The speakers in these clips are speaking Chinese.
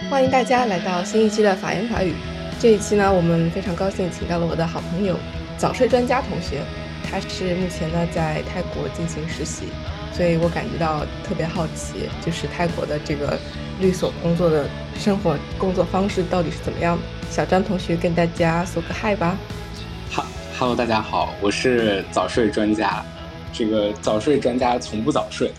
欢迎大家来到新一期的法言法语。这一期呢，我们非常高兴请到了我的好朋友早睡专家同学，他是目前呢在泰国进行实习，所以我感觉到特别好奇，就是泰国的这个律所工作的生活工作方式到底是怎么样的。小张同学跟大家说个嗨吧。 Hello，大家好，我是早睡专家。这个早睡专家从不早睡。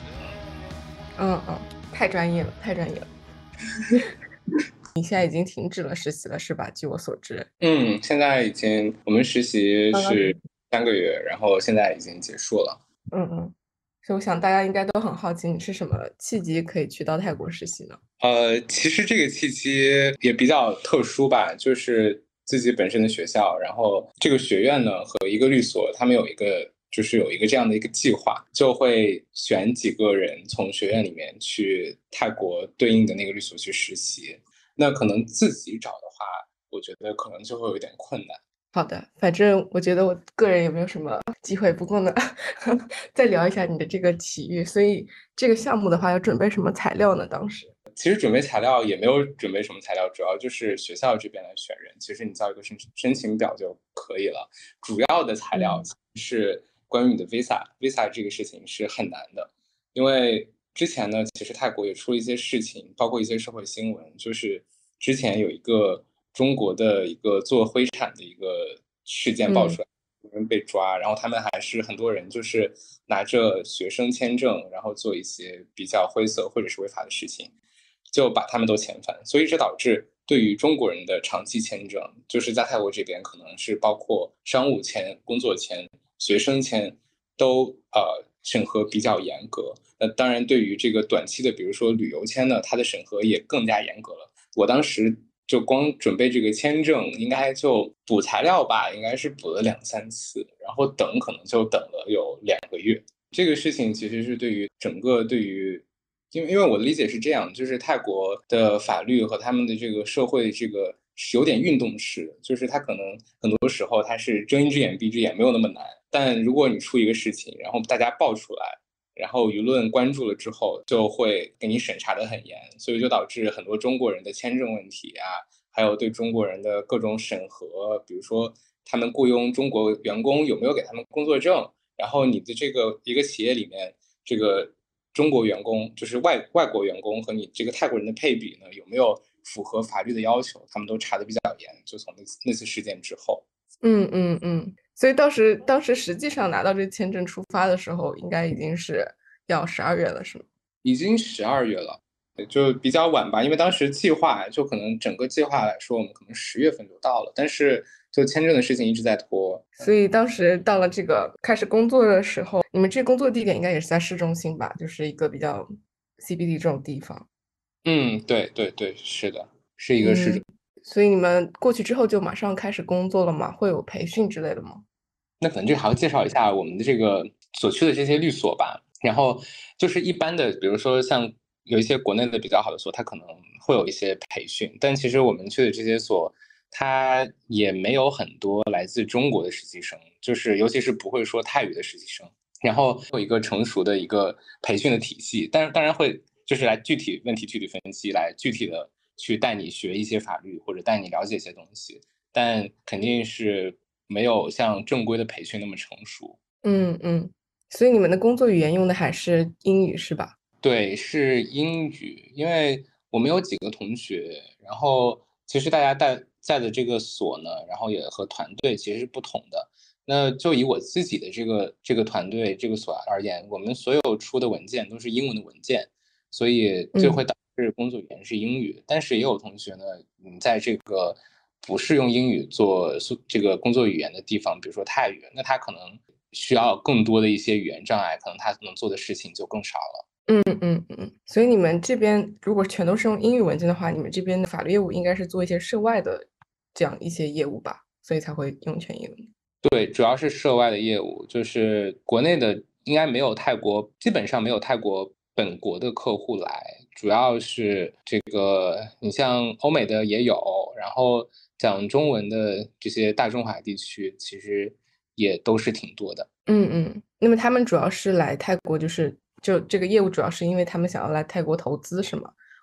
太专业了，太专业了。你现在已经停止了实习了是吧？据我所知。 现在我们实习是刚刚停。 3个月，然后现在已经结束了。 所以我想大家应该都很好奇，你是什么契机可以去到泰国实习呢？ 其实这个契机也比较特殊吧，就是自己本身的学校，然后这个学院呢和一个律所，他们有一个这样的一个计划，就会选几个人从学院里面去泰国对应的那个律所去实习。那可能自己找的话，我觉得可能就会有一点困难。 好的，反正我觉得我个人也没有什么机会，不过呢，再聊一下你的这个奇遇。所以这个项目的话，要准备什么材料呢？当时？ 其实准备材料也没有准备什么材料，主要就是学校这边来选人。其实你交一个申请表就可以了。主要的材料是关于你的 visa 这个事情是很难的，因为之前呢，其实泰国也出了一些事情，包括一些社会新闻，就是之前有一个中国的一个做灰产的一个事件爆出来，有人被抓，然后他们还是很多人就是拿着学生签证，然后做一些比较灰色或者是违法的事情。就把他们都遣返，所以这导致对于中国人的长期签证，就是在泰国这边可能是包括商务签、工作签、学生签，都审核比较严格。那当然，对于这个短期的，比如说旅游签呢，它的审核也更加严格了。我当时就光准备这个签证，应该就补材料吧，应该是补了2、3次，然后等可能就等了有2个月。这个事情其实是对于因为我的理解是这样，就是泰国的法律和他们的这个社会这个是有点运动式，就是它可能很多时候它是睁一只眼闭一只眼，没有那么难。但如果你出一个事情，然后大家爆出来，然后舆论关注了之后，就会给你审查的很严，所以就导致很多中国人的签证问题啊，还有对中国人的各种审核，比如说他们雇佣中国员工有没有给他们工作证，然后你的这个一个企业里面，这个中国员工就是外国员工和你这个泰国人的配比呢，有没有符合法律的要求，他们都查的比较严。就从那次事件之后， 所以当时实际上拿到这签证出发的时候，应该已经是要12月了，是吗？ 已经12月了，就比较晚吧，因为当时计划就可能整个计划来说，我们可能10月份就到了，但是就签证的事情一直在拖。 所以当时到了这个开始工作的时候，你们这工作地点应该也是在市中心吧？就是一个比较 CBD 这种地方。 对对对，是的，是一个市嗯， 政。 所以你们过去之后就马上开始工作了吗？会有培训之类的吗？ 那可能就还要介绍一下我们的这个所去的这些律所吧。然后就是一般的，比如说像有一些国内的比较好的所，它可能会有一些培训，但其实我们去的这些所，它也没有很多来自中国的实习生，就是尤其是不会说泰语的实习生。然后有一个成熟的一个培训的体系，但是当然会就是来具体问题具体分析，来具体的去带你学一些法律或者带你了解一些东西。但肯定是没有像正规的培训那么成熟。 嗯嗯，所以你们的工作语言用的还是英语是吧？ 对，是英语，因为我们有几个同学，然后其实大家在的这个所呢，然后也和团队其实是不同的。那就以我自己的这个团队这个所而言，我们所有出的文件都是英文的文件，所以就会嗯导致工作语言是英语。但是也有同学呢，在这个不是用英语做这个工作语言的地方，比如说泰语，那他可能需要更多的一些语言障碍，可能他能做的事情就更少了。 所以你们这边如果全都是用英语文件的话，你们这边的法律业务应该是做一些涉外的这样一些业务吧，所以才会用全英文。 对，主要是涉外的业务，就是国内的应该没有泰国，基本上没有泰国本国的客户来，主要是这个，你像欧美的也有，然后讲中文的这些大中华地区，其实也都是挺多的。 那么他们主要是来泰国，就这个业务主要是因为他们想要来泰国投资是吗？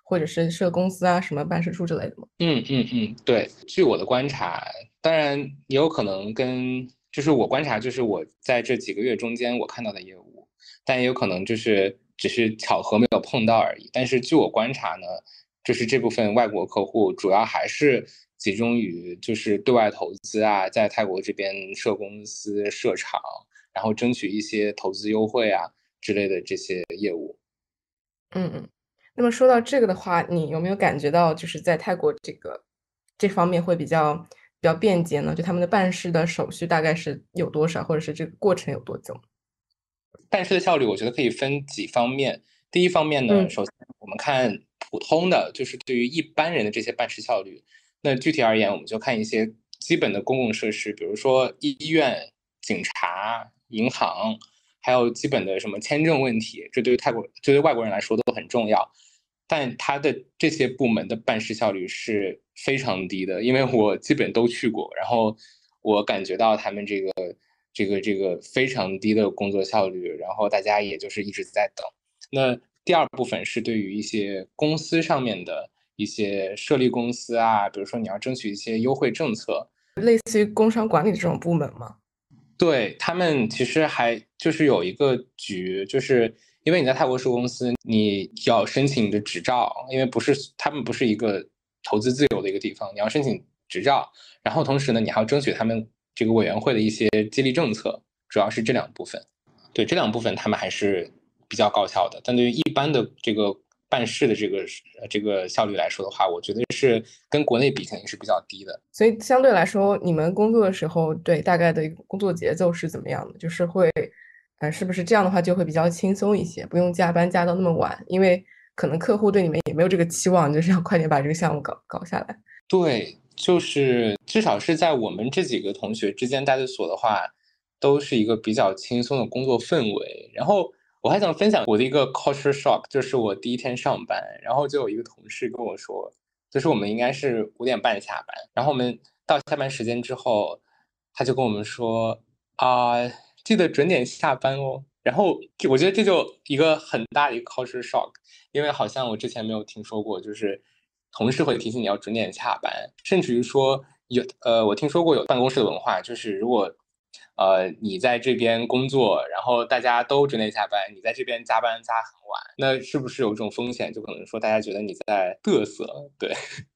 或者是设公司啊、什么办事处之类的吗？ 对，据我的观察，当然也有可能就是我观察，就是我在这几个月中间我看到的业务，但也有可能就是只是巧合没有碰到而已。但是据我观察呢，就是这部分外国客户主要还是集中于就是对外投资啊，在泰国这边设公司、设厂，然后争取一些投资优惠啊之类的这些业务。 嗯嗯。那么说到这个的话，你有没有感觉到就是在泰国这方面会比较便捷呢？就他们的办事的手续大概是有多少，或者是这个过程有多久？ 办事的效率，我觉得可以分几方面。第一方面呢， 嗯。 首先我们看普通的，就是对于一般人的这些办事效率。那具体而言，我们就看一些基本的公共设施，比如说医院、警察、银行，还有基本的什么签证问题，这对外国人来说都很重要。但他的这些部门的办事效率是非常低的，因为我基本都去过，然后我感觉到他们这个非常低的工作效率，然后大家也就是一直在等。那第二部分是对于一些公司上面的一些设立公司啊，比如说你要争取一些优惠政策， 类似于工商管理这种部门吗？ 对，他们其实还就是有一个局，就是因为你在泰国设公司，你要申请你的执照，因为他们不是一个投资自由的一个地方，你要申请执照，然后同时呢，你还要争取他们这个委员会的一些激励政策，主要是这两部分。对，这两部分他们还是比较高效的，但对于一般的这个办事的这个效率来说的话，我觉得是跟国内比肯定是比较低的。 所以相对来说，你们工作的时候，对大概的一个工作节奏是怎么样的？就是会，是不是这样的话就会比较轻松一些，不用加班加到那么晚？因为可能客户对你们也没有这个期望，就是要快点把这个项目搞下来。 对，就是至少是在我们这几个同学之间待的所的话，都是一个比较轻松的工作氛围。然后我还想分享我的一个 culture shock，就是我第一天上班，然后就有一个同事跟我说，就是我们应该是5点半下班，然后我们到下班时间之后，他就跟我们说啊，记得准点下班哦。然后我觉得这就一个很大的一个 culture shock，因为好像我之前没有听说过，就是同事会提醒你要准点下班，甚至于说我听说过有办公室的文化，就是如果你在这边工作，然后大家都准点下班，你在这边加班加很晚，那是不是有这种风险？就可能说大家觉得你在嘚瑟，对。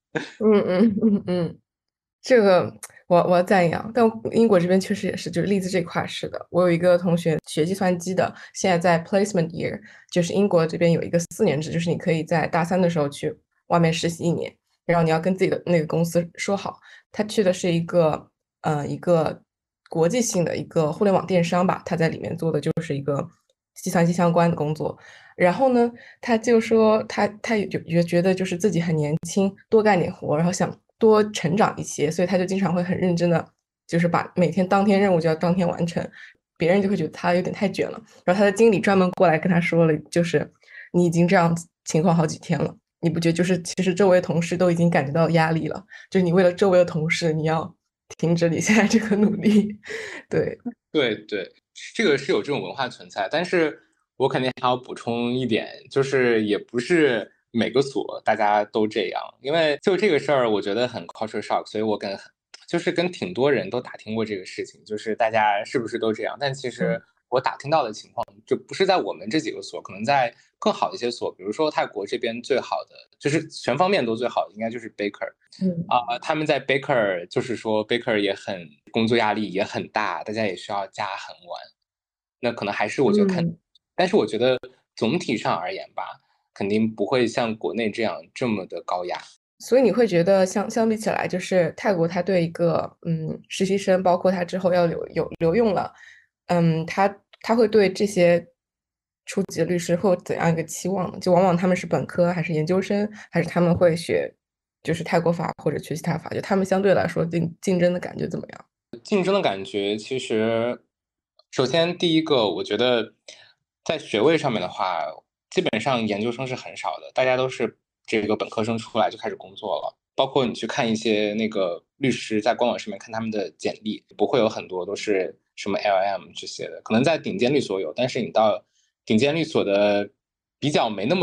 嗯，这个我要赞扬，但英国这边确实也是，就是利兹这块是的。我有一个同学学计算机的，现在在 placement year，就是英国这边有一个4年制，就是你可以在大三的时候去外面实习1年，然后你要跟自己的那个公司说好，他去的是一个国际性的一个互联网电商吧，他在里面做的就是一个计算机相关的工作。然后呢，他就说他也觉得就是自己很年轻，多干点活，然后想多成长一些，所以他就经常会很认真的，就是把每天当天任务就要当天完成，别人就会觉得他有点太卷了。然后他的经理专门过来跟他说了，就是你已经这样情况好几天了，你不觉得就是其实周围的同事都已经感觉到压力了，就是你为了周围的同事，你要停止你现在这个努力，对。 对对，这个是有这种文化存在，但是我肯定还要补充一点，就是也不是每个所大家都这样，因为就这个事儿，我觉得很 culture shock，所以我就是跟挺多人都打听过这个事情，就是大家是不是都这样，但其嗯实我打听到的情况就不是在我们这几个所，可能在更好的一些所，比如说泰国这边最好的，就是全方面都最好的，应该就是 Baker。 嗯他们在 Baker，就是说 Baker 也很工作压力也很大，大家也需要加很晚。那可能还是我觉得看， 嗯。 但是我觉得总体上而言吧，肯定不会像国内这样这么的高压。 所以你会觉得相比起来，就是泰国它对一个实习生，包括他之后要留用了，他会对这些初级的律师会有怎样一个期望呢？就往往他们是本科还是研究生，还是他们会学就是泰国法或者学其他法？就他们相对来说竞争的感觉怎么样？ 竞争的感觉其实，首先第一个，我觉得在学位上面的话，基本上研究生是很少的，大家都是这个本科生出来就开始工作了。包括你去看一些那个律师在官网上面看他们的简历，不会有很多都是什么 LM 这些的，可能在顶尖律所有，但是你到顶尖律所的比较没那么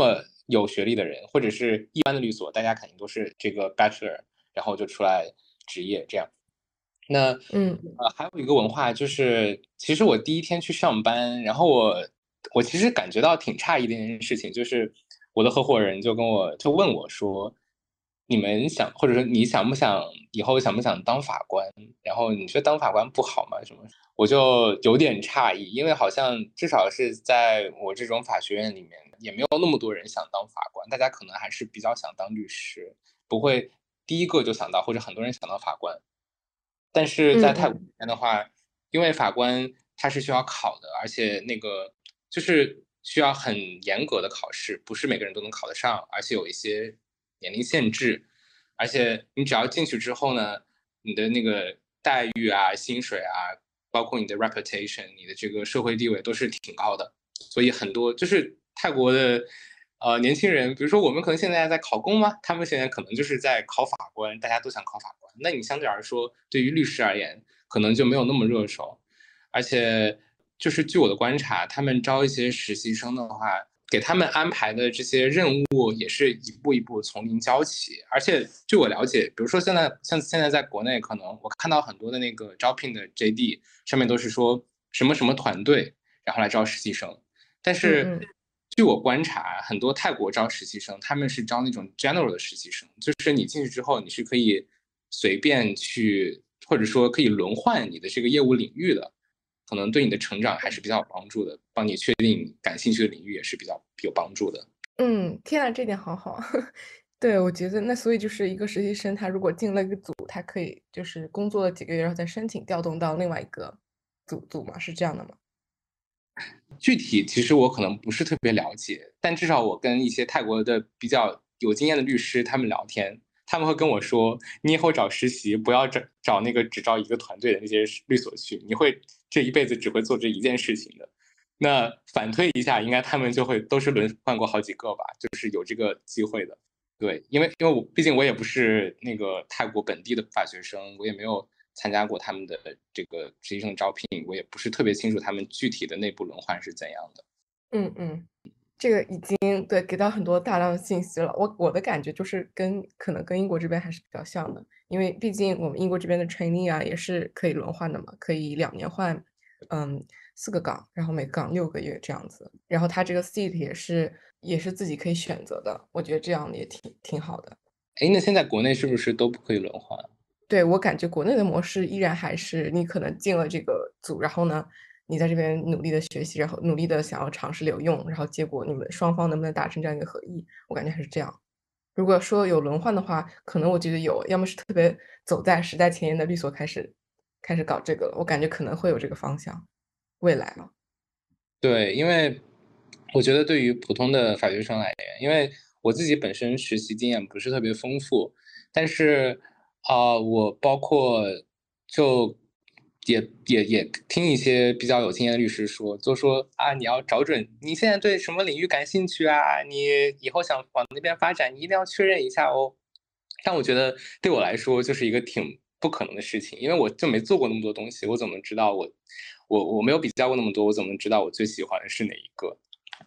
有学历的人，或者是一般的律所，大家肯定都是这个 bachelor，然后就出来职业这样。那还有一个文化就是，其实我第一天去上班，然后我其实感觉到挺诧异的一件事情，就是我的合伙人就问我说，你们想或者说你想不想以后想不想当法官？然后你觉得当法官不好吗？什么？我就有点诧异，因为好像至少是在我这种法学院里面，也没有那么多人想当法官，大家可能还是比较想当律师，不会第一个就想到，或者很多人想到法官。但是在泰国这边的话，因为法官他是需要考的，而且那个就是需要很严格的考试，不是每个人都能考得上，而且有一些年龄限制，而且你只要进去之后呢，你的那个待遇啊、薪水啊，包括你的 reputation、你的这个社会地位都是挺高的，所以很多就是泰国的年轻人，比如说我们可能现在在考公嘛，他们现在可能就是在考法官，大家都想考法官。那你相对而说，对于律师而言，可能就没有那么热手。而且，就是据我的观察，他们招一些实习生的话，给他们安排的这些任务也是一步一步从零教起。而且据我了解，比如说像现在在国内，可能我看到很多的那个招聘的 JD 上面都是说什么什么团队，然后来招实习生。但是据我观察，很多泰国招实习生，他们是招那种 general 的实习生，就是你进去之后，你是可以随便去，或者说可以轮换你的这个业务领域的，可能对你的成长还是比较有帮助的，帮你确定感兴趣的领域也是比较有帮助的。 天啊，这点好好。对，我觉得那所以就是一个实习生，他如果进了一个组，他可以就是工作了几个月，然后再申请调动到另外一个组嘛，是这样的吗？ 具体其实我可能不是特别了解，但至少我跟一些泰国的比较有经验的律师他们聊天，他们会跟我说，你以后找实习不要找那个只招一个团队的那些律所去，你会这一辈子只会做这一件事情的。那反推一下，应该他们就会都是轮换过好几个吧，就是有这个机会的。对，因为我毕竟我也不是那个泰国本地的法学生，我也没有参加过他们的这个实习生招聘，我也不是特别清楚他们具体的内部轮换是怎样的。 这个已经对给到很多大量的信息了。我的感觉就是可能跟英国这边还是比较像的，因为毕竟我们英国这边的 trainee 啊也是可以轮换的嘛，可以2年换4个岗，然后每个岗6个月这样子。然后他这个 seat 也是自己可以选择的，我觉得这样也挺好的。 哎，那现在国内是不是都不可以轮换？ 对，我感觉国内的模式依然还是你可能进了这个组，然后呢，你在这边努力的学习，然后努力的想要尝试留用，然后结果你们双方能不能达成这样一个合意，我感觉还是这样。如果说有轮换的话，可能我觉得有，要么是特别走在时代前沿的律所开始搞这个了，我感觉可能会有这个方向，未来啊。 对，因为我觉得对于普通的法学生来言，因为我自己本身实习经验不是特别丰富，但是我包括就也听一些比较有经验的律师说，就说啊，你要找准你现在对什么领域感兴趣啊，你以后想往那边发展，你一定要确认一下哦。但我觉得对我来说就是一个挺不可能的事情，因为我就没做过那么多东西，我怎么知道我没有比较过那么多，我怎么知道我最喜欢的是哪一个？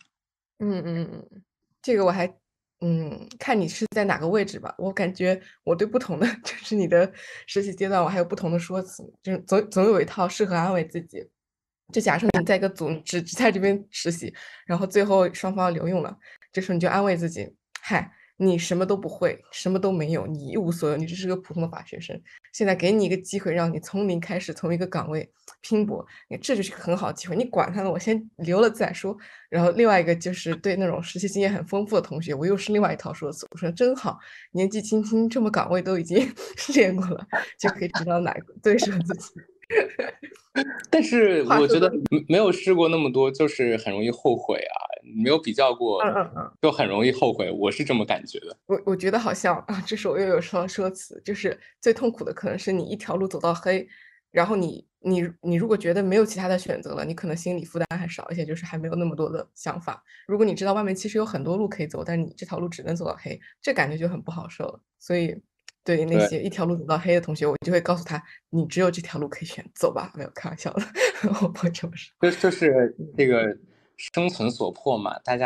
这个我还看你是在哪个位置吧。我感觉我对不同的就是你的实习阶段，我还有不同的说辞，就是总有一套适合安慰自己。就假设你在一个组，你只在这边实习，然后最后双方留用了，这时候你就安慰自己，嗨，你什么都不会，什么都没有，你一无所有，你只是个普通的法学生。现在给你一个机会，让你从零开始，从一个岗位拼搏，这就是个很好的机会。你管他呢，我先留了再说。然后另外一个就是对那种实习经验很丰富的同学，我又是另外一套说辞。我说真好，年纪轻轻这么岗位都已经练过了，就可以知道哪个最适合自己。 但是话说的， 我觉得没有试过那么多，就是很容易后悔啊。没有比较过， 嗯， 就很容易后悔，我是这么感觉的。 我觉得好像啊，这时候又有双说辞，就是最痛苦的可能是你一条路走到黑，然后你如果觉得没有其他的选择了，你可能心理负担还少一些，就是还没有那么多的想法。如果你知道外面其实有很多路可以走，但是你这条路只能走到黑，这感觉就很不好受了。所以对那对， 些一条路走到黑的同学，我就会告诉他，你只有这条路可以选，走吧。没有开玩笑的，我不会这么说。 就是这个生存所迫嘛，大家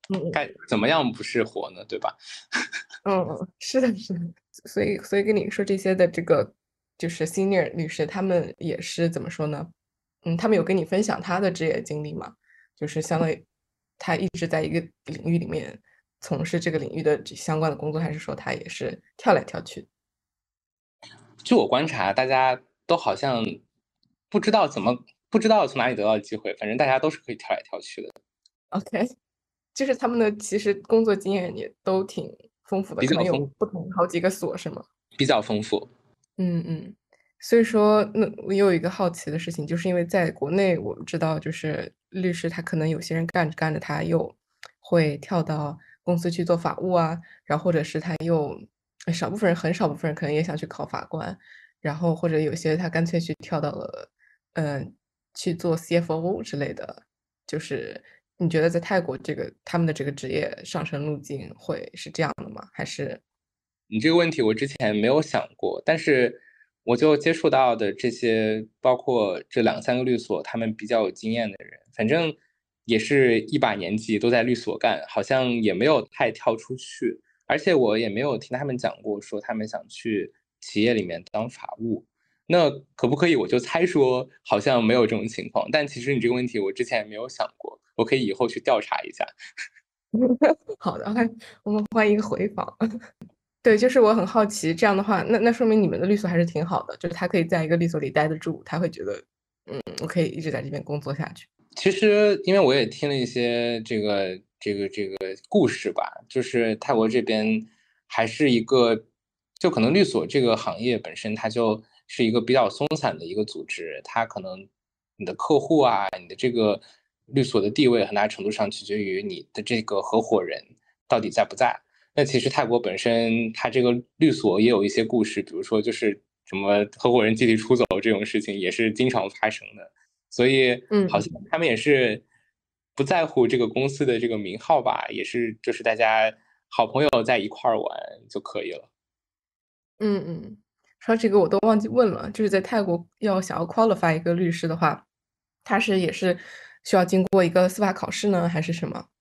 嗯该怎么样不是活呢？对吧？ 是的，是的。所以跟你说这些的这个就是 senior 律师，他们也是怎么说呢？他们有跟你分享他的职业经历吗？就是相当于他一直在一个领域里面从事这个领域的相关的工作，还是说他也是跳来跳去据我观察，大家都好像不知道不知道从哪里得到的机会，反正大家都是可以跳来跳去的， ？OK，就是他们的其实工作经验也都挺丰富的，可能有比较丰不同好几个所，是吗？ 比较丰富。 嗯嗯，所以说，那我有一个好奇的事情，就是因为在国内，我们知道，就是律师他可能有些人干着干着，他又会跳到公司去做法务啊，然后或者是他又少部分人，很少部分人可能也想去考法官，然后或者有些他干脆去跳到了，去做 CFO 之类的。就是你觉得在泰国这个他们的这个职业上升路径会是这样的吗？还是你这个问题我之前没有想过，但是我就接触到的这些，包括这两三个律所，他们比较有经验的人，反正也是一把年纪都在律所干，好像也没有太跳出去，而且我也没有听他们讲过说他们想去企业里面当法务。那可不可以我就猜说好像没有这种情况？但其实你这个问题我之前也没有想过，我可以以后去调查一下。 好的？我们欢迎回访。对，就是我很好奇，这样的话，那说明你们的律所还是挺好的，就是他可以在一个律所里待得住，他会觉得，我可以一直在这边工作下去。 其实，因为我也听了一些这个故事吧，就是泰国这边还是一个，就可能律所这个行业本身它就是一个比较松散的一个组织，它可能你的客户啊，你的这个律所的地位很大程度上取决于你的这个合伙人到底在不在。那其实泰国本身它这个律所也有一些故事，比如说就是什么合伙人集体出走这种事情也是经常发生的。所以好像嗯他们也是不在乎这个公司的这个名号吧，也是就是大家好朋友在一块儿玩就可以了。 嗯嗯，说这个我都忘记问了，就是在泰国想要 qualify 一个律师的话，他也是需要经过一个司法考试呢，还是什么？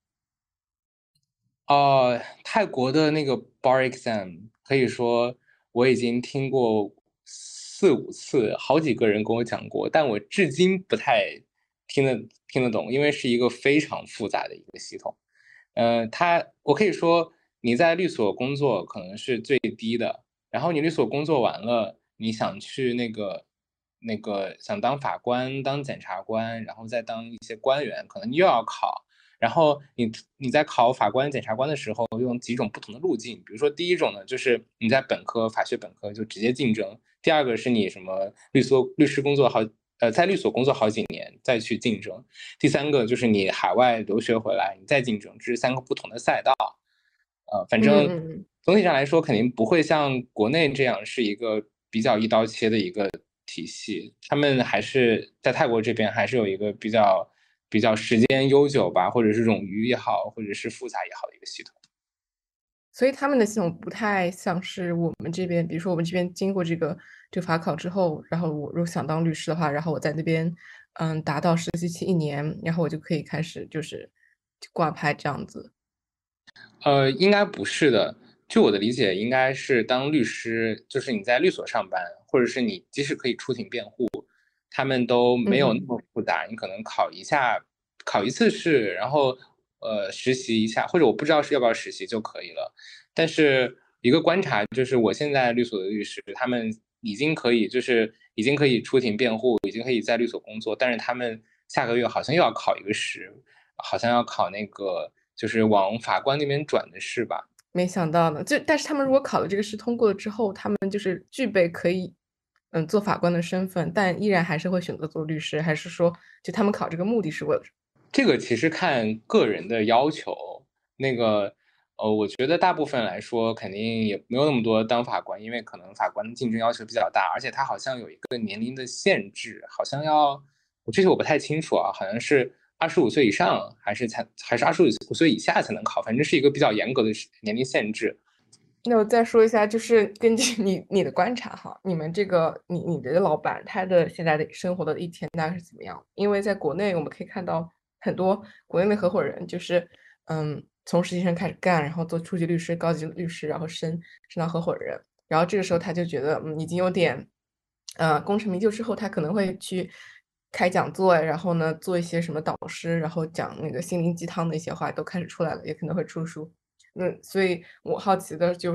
泰国的那个 bar exam 可以说我已经听过四五次，好几个人跟我讲过，但我至今不太听得懂，因为是一个非常复杂的一个系统。我可以说你在律所工作可能是最低的，然后你律所工作完了，你想去那个想当法官、当检察官，然后再当一些官员，可能又要考。然后你在考法官、检察官的时候，用几种不同的路径。比如说，第一种呢，就是你在法学本科就直接竞争；第二个是你什么律师工作在律所工作好几年再去竞争；第三个就是你海外留学回来你再竞争。这是三个不同的赛道。反正嗯嗯嗯。 总体上来说，肯定不会像国内这样是一个比较一刀切的一个体系。他们还是在泰国这边还是有一个比较时间悠久吧，或者是冗余也好，或者是复杂也好的一个系统。 所以他们的系统不太像是我们这边，比如说我们这边经过这个法考之后，然后我如果想当律师的话，然后我在那边达到实习期1年，然后我就可以开始就是挂牌这样子。 应该不是的。据我的理解，应该是当律师，就是你在律所上班，或者是你即使可以出庭辩护，他们都没有那嗯嗯。 么复杂。你可能考一次试，然后实习一下，或者我不知道是要不要实习就可以了。但是一个观察就是，我现在律所的律师，他们已经可以出庭辩护，已经可以在律所工作，但是他们下个月好像又要考一个试，好像要考那个就是往法官那边转的试吧。 没想到呢，但是他们如果考了这个试通过了之后，他们就是具备可以做法官的身份，但依然还是会选择做律师，还是说就他们考这个目的是为了什么？ 这个其实看个人的要求。那个，我觉得大部分来说肯定也没有那么多当法官，因为可能法官的竞争要求比较大，而且他好像有一个年龄的限制，好像我具体我不太清楚啊，好像是25岁以上，还是25岁以下才能考，反正是一个比较严格的年龄限制。 那我再说一下，就是根据你的观察哈，你们这个你的老板他的现在的生活的一天大概是怎么样？因为在国内我们可以看到很多国内的合伙人，就是从实习生开始干，然后做初级律师、高级律师，然后升到合伙人。然后这个时候他就觉得，已经有点，功成名就之后，他可能会去开讲座，然后呢做一些什么导师，然后讲那个心灵鸡汤的一些话都开始出来了，也可能会出书。所以我好奇的就是，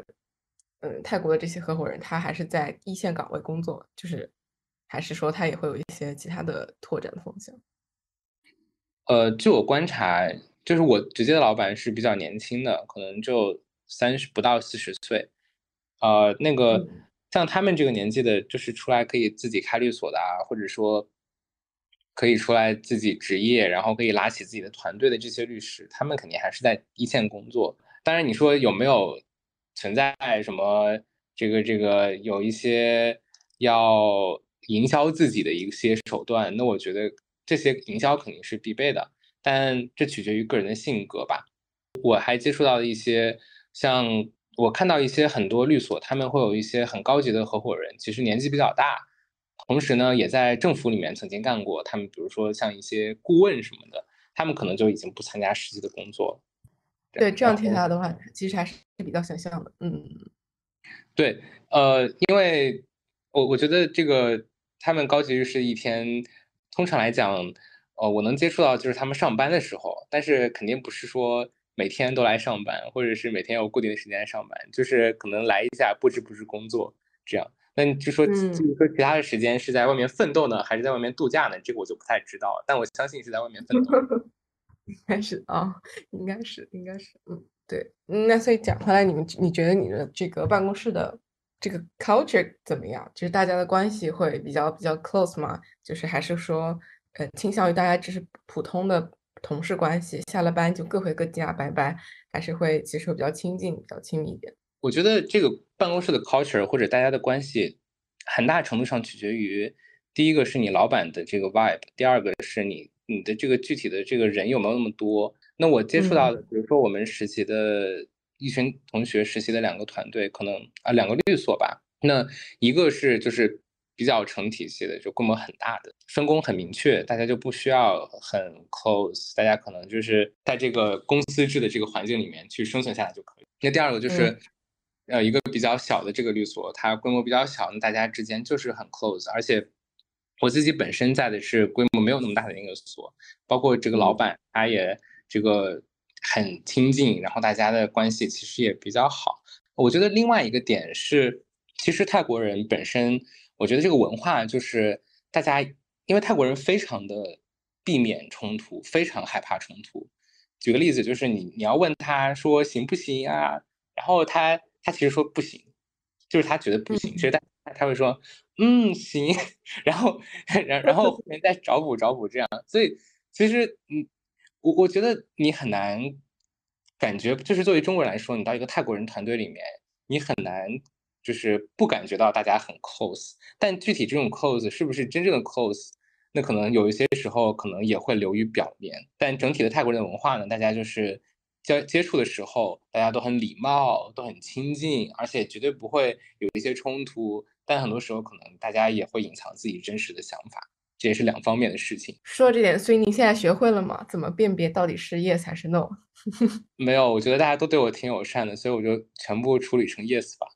泰国的这些合伙人，他还是在一线岗位工作，就是还是说他也会有一些其他的拓展的方向？ 据我观察，就是我直接的老板是比较年轻的，可能就30不到40岁。那个像他们这个年纪的，就是出来可以自己开律所的啊，或者说可以出来自己执业，然后可以拉起自己的团队的这些律师，他们肯定还是在一线工作。当然，你说有没有存在什么这个有一些要营销自己的一些手段？那我觉得这些营销肯定是必备的，但这取决于个人的性格吧。我还接触到一些，像我看到一些很多律所，他们会有一些很高级的合伙人，其实年纪比较大，同时呢也在政府里面曾经干过。他们比如说像一些顾问什么的，他们可能就已经不参加实际的工作了。 对，这样听下来的话，其实还是比较想象的。 对，因为我觉得这个他们高级律师一天，通常来讲，我能接触到就是他们上班的时候，但是肯定不是说每天都来上班，或者是每天有固定的时间上班，就是可能来一下不知不知工作这样。那就说其他的时间是在外面奋斗呢，还是在外面度假呢？这个我就不太知道了，但我相信是在外面奋斗。 应该是啊，应该是，对。那所以讲回来，你觉得你的这个办公室的这个 culture 怎么样？就是大家的关系会比较 close 吗？就是还是说，倾向于大家只是普通的同事关系，下了班就各回各家，拜拜，还是会其实比较亲近、比较亲密一点？ 我觉得这个办公室的 culture 或者大家的关系，很大程度上取决于，第一个是你老板的这个 vibe，第二个是你的这个具体的这个人有没有那么多。那我接触到的，比如说我们实习的一群同学实习的2个团队，可能2个律所吧。那一个是就是比较成体系的，就规模很大的，分工很明确，大家就不需要很 close，大家可能就是在这个公司制的这个环境里面去生存下来就可以。那第二个就是，一个比较小的这个律所，它规模比较小，那大家之间就是很 close，而且我自己本身在的是规模没有那么大的那个所，包括这个老板他也这个很亲近，然后大家的关系其实也比较好。我觉得另外一个点是，其实泰国人本身，我觉得这个文化就是大家，因为泰国人非常的避免冲突，非常害怕冲突。举个例子，就是你要问他说行不行啊，然后他其实说不行，就是他觉得不行，其实他会说行，然后然后后面再找补找补这样。所以其实我觉得你很难感觉，就是作为中国人来说，你到一个泰国人团队里面，你很难就是不感觉到大家很 close，但具体这种 close 是不是真正的 close，那可能有一些时候可能也会流于表面。但整体的泰国人的文化呢，大家就是接触的时候，大家都很礼貌，都很亲近，而且绝对不会有一些冲突。但很多时候可能大家也会隐藏自己真实的想法，这也是2方面的事情。 说到这点，所以您现在学会了吗？怎么辨别到底是 yes 还是 no？ 没有，我觉得大家都对我挺友善的，所以我就全部处理成 yes 吧。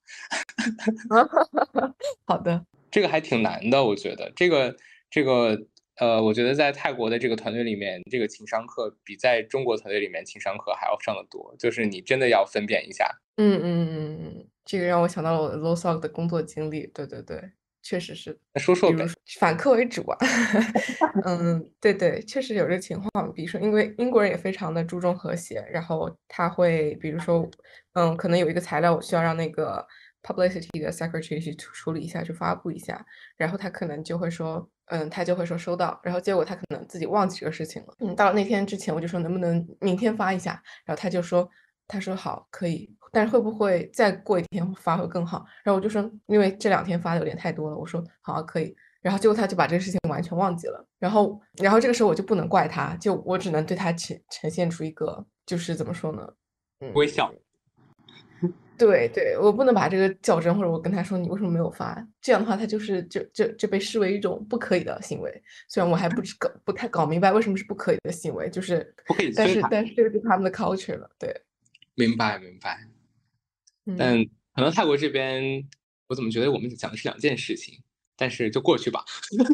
好的。 这个还挺难的，我觉得这个我觉得在泰国的这个团队里面，这个情商课比在中国团队里面情商课还要上的多，就是你真的要分辨一下。 这个让我想到了我的 LoSoc 的工作经历。对对对，确实是。 那说说呗。 反客为主啊。对对，确实有这个情况。比如说，因为英国人也非常的注重和谐，然后他会比如说，可能有一个材料我需要让那个 publicity 的 secretary 去处理一下，去发布一下，然后他可能就会说，他就会说收到，然后结果他可能自己忘记这个事情了。到了那天之前，我就说能不能明天发一下，然后他说好可以，但是会不会再过一天发会更好？然后我就说，因为这2天发的有点太多了，我说好啊可以。然后结果他就把这个事情完全忘记了。然后这个时候我就不能怪他，就我只能对他呈现出一个就是怎么说呢？ 微笑。 对对，我不能把这个较真，或者我跟他说你为什么没有发，这样的话他就是就被视为一种不可以的行为。虽然我还不太搞明白为什么是不可以的行为，就是不可以但是摧残。 但是这个就是他们的 culture 了，对， 明白明白。但嗯。 可能泰国这边，我怎么觉得我们讲的是两件事情，但是就过去吧。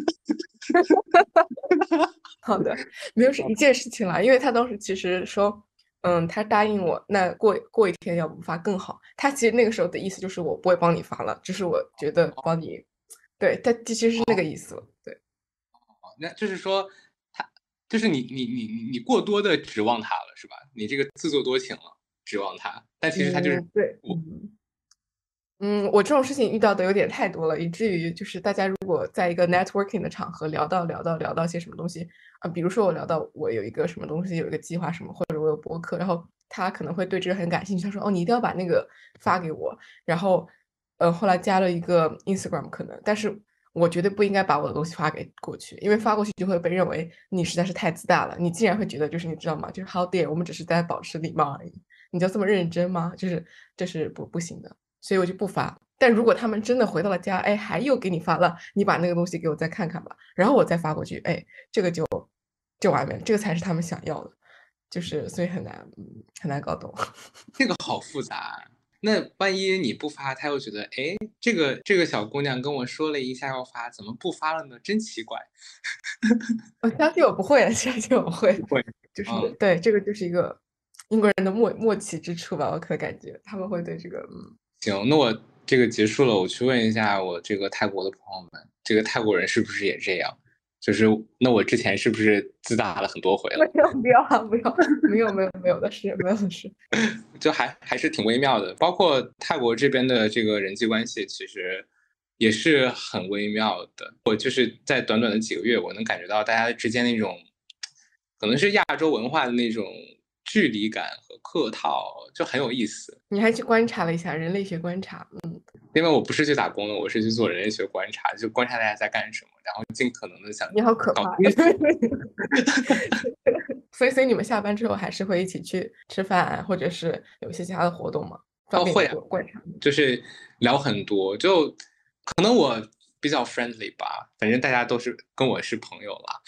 好的，没有是一件事情啦，因为他当时其实说，他答应我，那过一天要不发更好。他其实那个时候的意思就是我不会帮你发了，就是我觉得帮你，对，他其实是那个意思了，对。 那就是说，他就是你过多的指望他了，是吧？你这个自作多情了，指望他，但其实他就是嗯，对， 我。 我这种事情遇到的有点太多了，以至于就是大家如果在一个 networking 的场合聊到些什么东西啊，比如说我聊到我有一个什么东西，有一个计划什么，或者我有博客，然后他可能会对这个很感兴趣，他说哦，你一定要把那个发给我，然后后来加了一个 Instagram 可能，但是我绝对不应该把我的东西发给过去，因为发过去就会被认为你实在是太自大了，你竟然会觉得就是你知道吗？就是 how dare，我们只是在保持礼貌而已，你就这么认真吗？就是这是不行的。所以我就不发。但如果他们真的回到了家，哎，还又给你发了，你把那个东西给我再看看吧，然后我再发过去，哎，这个就完美了，这个才是他们想要的，就是所以很难搞懂。 这个好复杂啊。那万一你不发，他又觉得，哎，这个小姑娘跟我说了一下要发，怎么不发了呢？真奇怪。 我相信我不会，相信我不会， 不会。 就是嗯， 对这个就是一个英国人的默契之处吧，我可感觉他们会对这个行，那我这个结束了，我去问一下我这个泰国的朋友们，这个泰国人是不是也这样？就是那我之前是不是自大了很多回了？ 不要不要不要，没有的事，没有的事。 就还是挺微妙的。包括泰国这边的这个人际关系，其实也是很微妙的。我就是在短短的几个月，我能感觉到大家之间那种，可能是亚洲文化的那种距离感和客套，就很有意思。 你还去观察了一下人类学观察， 因为我不是去打工的，我是去做人类学观察，就观察大家在干什么，然后尽可能的想你好可怕。 搞清楚。 所以你们下班之后还是会一起去吃饭，或者是有一些其他的活动吗？方便你会啊， 观察。 就是聊很多，就可能我比较 friendly 吧，反正大家都是跟我是朋友啦。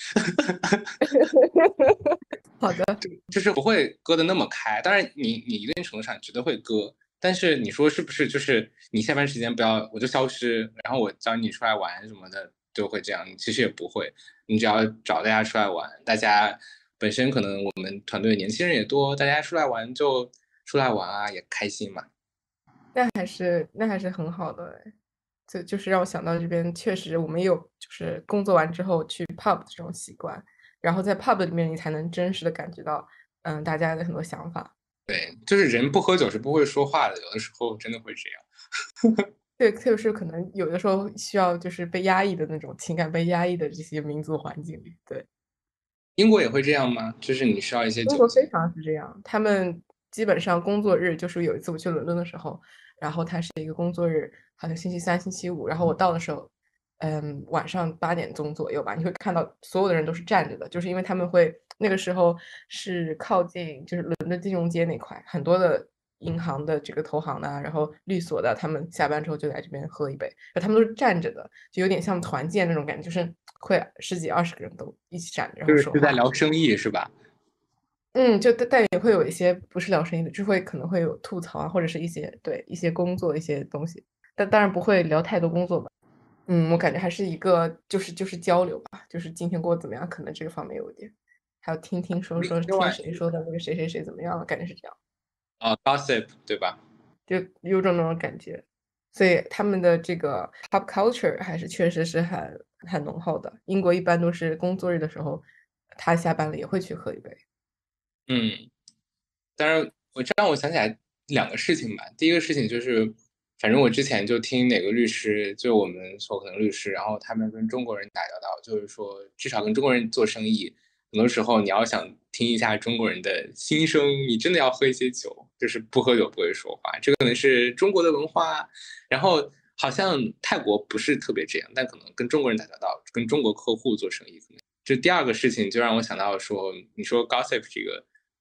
好的， 就是不会割的那么开。当然你一定程度上绝对会割，但是你说是不是就是你下班时间不要我就消失，然后我找你出来玩什么的就会这样？其实也不会，你只要找大家出来玩，大家本身可能我们团队年轻人也多，大家出来玩就出来玩啊，也开心嘛。 那还是很好的哎，就是让我想到这边确实我们也有就是工作完之后去 pub 的这种习惯，然后在 pub 里面你才能真实的感觉到大家的很多想法。 对，就是人不喝酒是不会说话的，有的时候真的会这样。 对，特别是可能有的时候需要就是被压抑的那种情感被压抑的这些民族环境里，对。 英国也会这样吗？就是你需要一些酒精。 中国非常是这样，他们基本上工作日就是有一次我去伦敦的时候，然后它是一个工作日，好像星期三、星期五，然后我到的时候，晚上8点钟左右吧，你会看到所有的人都是站着的，就是因为他们会那个时候是靠近就是伦敦金融街那块，很多的银行的这个投行的啊，然后律所的，他们下班之后就来这边喝一杯，他们都是站着的，就有点像团建那种感觉，就是会十几二十个人都一起站着，然后就是说话。 是在聊生意是吧？ 就但也会有一些不是聊生意的，就会可能会有吐槽啊，或者是一些工作一些东西，但当然不会聊太多工作吧。我感觉还是一个就是交流吧，就是今天过得怎么样，可能这个方面有一点，还有听听说说听另外谁说的那个谁谁谁怎么样了，感觉是这样， gossip 对吧？ 就有种那种感觉。所以他们的这个 pop culture 还是确实是很浓厚的。英国一般都是工作日的时候，他下班了也会去喝一杯。 嗯。当然，这让我想起来两个事情吧。第一个事情就是，反正我之前就听哪个律师，就我们所可能律师，然后他们跟中国人打交道，就是说至少跟中国人做生意，很多时候你要想听一下中国人的心声，你真的要喝一些酒，就是不喝酒不会说话，这个可能是中国的文化。然后好像泰国不是特别这样，但可能跟中国人打交道，跟中国客户做生意，可能这第二个事情就让我想到说，你说 gossip 这个。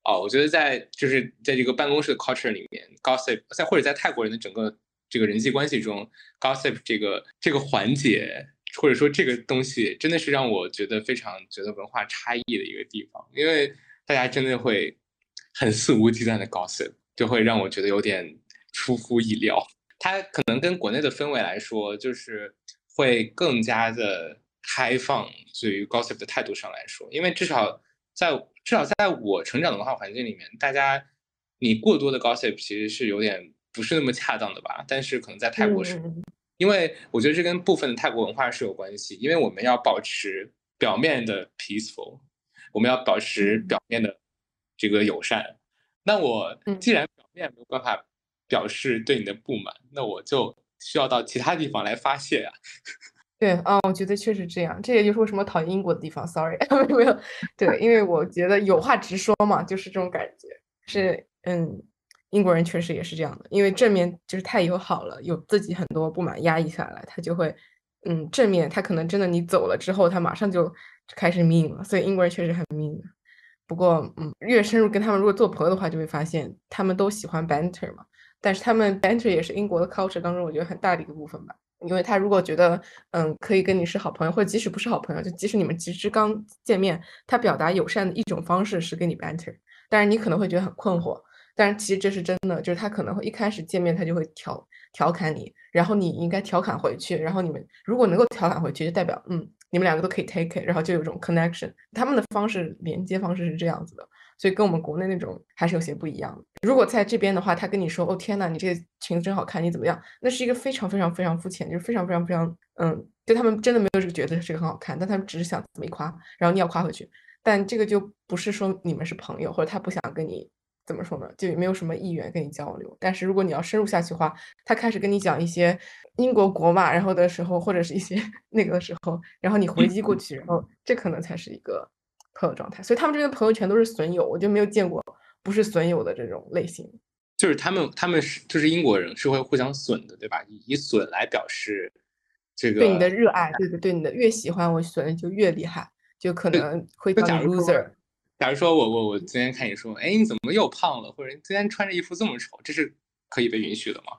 我觉得就是在这个办公室的 culture 里面，gossip 或者在泰国人的整个这个人际关系中，gossip 这个环节或者说这个东西，真的是让我觉得非常觉得文化差异的一个地方，因为大家真的会很肆无忌惮的 gossip， 就会让我觉得有点出乎意料。它可能跟国内的氛围来说，就是会更加的开放，对于 gossip 的态度上来说，因为至少在我成长的文化环境里面，大家你过多的 gossip 其实是有点不是那么恰当的吧。但是可能在泰国是，因为我觉得这跟部分的泰国文化是有关系，因为我们要保持表面的 peaceful， 我们要保持表面的这个友善。那我既然表面没有办法表示对你的不满，那我就需要到其他地方来发泄啊。 对啊，我觉得确实这样，这也就是为什么讨厌英国的地方。Sorry，没有，对，因为我觉得有话直说嘛，就是这种感觉。是，英国人确实也是这样的，因为正面就是太友好了，有自己很多不满压抑下来，他就会，正面他可能真的你走了之后，他马上就开始 mean 了，所以英国人确实很 mean。不过，越深入跟他们如果做朋友的话，就会发现他们都喜欢 banter 嘛，但是他们 banter 也是英国的 culture 当中我觉得很大的一个部分吧。因为他如果觉得，可以跟你是好朋友，或者即使不是好朋友，就即使你们只是刚见面，他表达友善的一种方式是跟你 banter，但是你可能会觉得很困惑，但是其实这是真的，就是他可能会一开始见面他就会调侃你，然后你应该调侃回去，然后你们如果能够调侃回去，就代表你们两个都可以 take it，然后就有一种 connection。他们的方式连接方式是这样子的，所以跟我们国内那种还是有些不一样的。如果在这边的话，他跟你说：“哦天呐，你这个裙子真好看，你怎么样？”那是一个非常非常非常肤浅，就是非常非常非常对他们真的没有这个觉得这个很好看，但他们只是想这么一夸，然后你要夸回去。但这个就不是说你们是朋友，或者他不想跟你怎么说呢，就没有什么意愿跟你交流。但是如果你要深入下去的话，他开始跟你讲一些英国国骂，然后的时候，或者是一些那个的时候，然后你回击过去，然后这可能才是一个朋友状态。所以他们这边朋友全都是损友，我就没有见过不是损友的这种类型。 就是他们就是英国人是会互相损的，对吧？以损来表示这对你的个。 热爱，对你的越喜欢，我损的就越厉害，就可能会叫你 loser。 假如说我今天看你说，哎，你怎么又胖了？或者你今天穿着衣服这么丑，这是可以被允许的吗？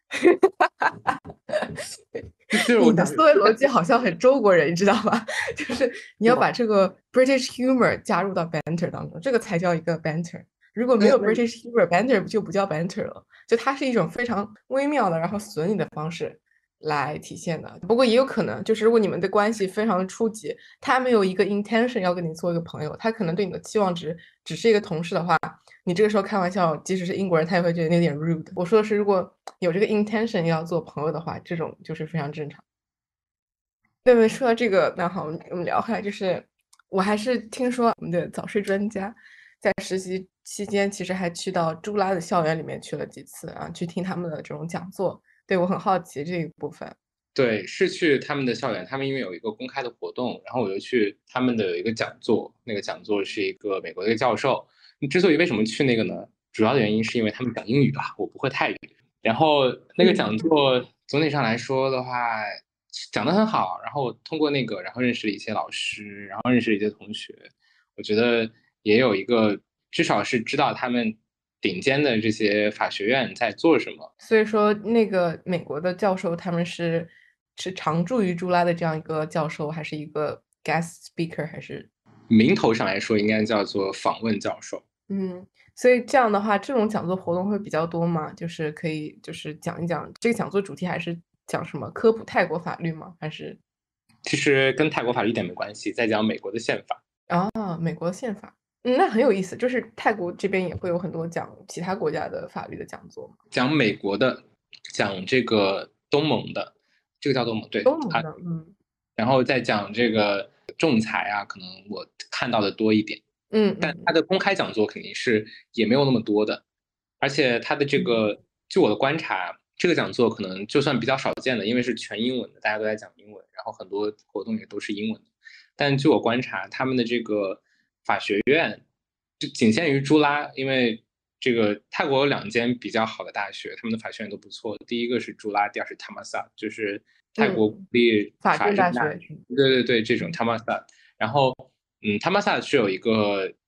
就是我你的思维逻辑好像很中国人，你知道吧？就是你要把这个 British humor 加入到 banter 当中，这个才叫一个 banter。如果没有 British humor，banter 就不叫 banter 了，就它是一种非常微妙的，然后损你的方式来体现的。不过也有可能，就是如果你们的关系非常的初级，他没有一个 intention 要跟你做一个朋友，他可能对你的期望值只是一个同事的话，你这个时候开玩笑，即使是英国人，他也会觉得有点 rude。我说的是，如果有这个 intention 要做朋友的话，这种就是非常正常。对对，说到这个，那好，我们聊回来，就是我还是听说我们的早睡专家在实习期间，其实还去到朱拉的校园里面去了几次啊，去听他们的这种讲座。对，我很好奇这一部分。 对，是去他们的校园，他们因为有一个公开的活动，然后我就去他们的一个讲座，那个讲座是一个美国的一个教授。之所以为什么去那个呢？主要的原因是因为他们讲英语啊，我不会泰语。然后那个讲座总体上来说的话，讲得很好。然后通过那个，然后认识了一些老师，然后认识了一些同学。我觉得也有一个，至少是知道他们顶尖的这些法学院在做什么。 所以说，那个美国的教授他们是常驻于朱拉的这样一个教授，还是一个 guest speaker，还是？ 名头上来说，应该叫做访问教授。 所以这样的话，这种讲座活动会比较多嘛？就是可以就是讲一讲这个讲座主题，还是讲什么科普泰国法律吗？还是其实跟泰国法律一点没关系，在讲美国的宪法。 美国宪法？那很有意思。就是泰国这边也会有很多讲其他国家的法律的讲座吗？ 讲美国的，讲这个东盟的，这个叫东盟，对啊。 都盟的， 然后再讲这个仲裁啊，可能我看到的多一点。但他的公开讲座肯定是也没有那么多的，而且他的这个，据我的观察，这个讲座可能就算比较少见的，因为是全英文的，大家都在讲英文，然后很多活动也都是英文的。但据我观察，他们的这个法学院就仅限于朱拉，因为这个泰国有两间比较好的大学，他们的法学院都不错。第一个是朱拉，第二是 Thammasat，就是泰国国立法政大学。 对对对，这种 Thammasat。然后，Thammasat 是有一个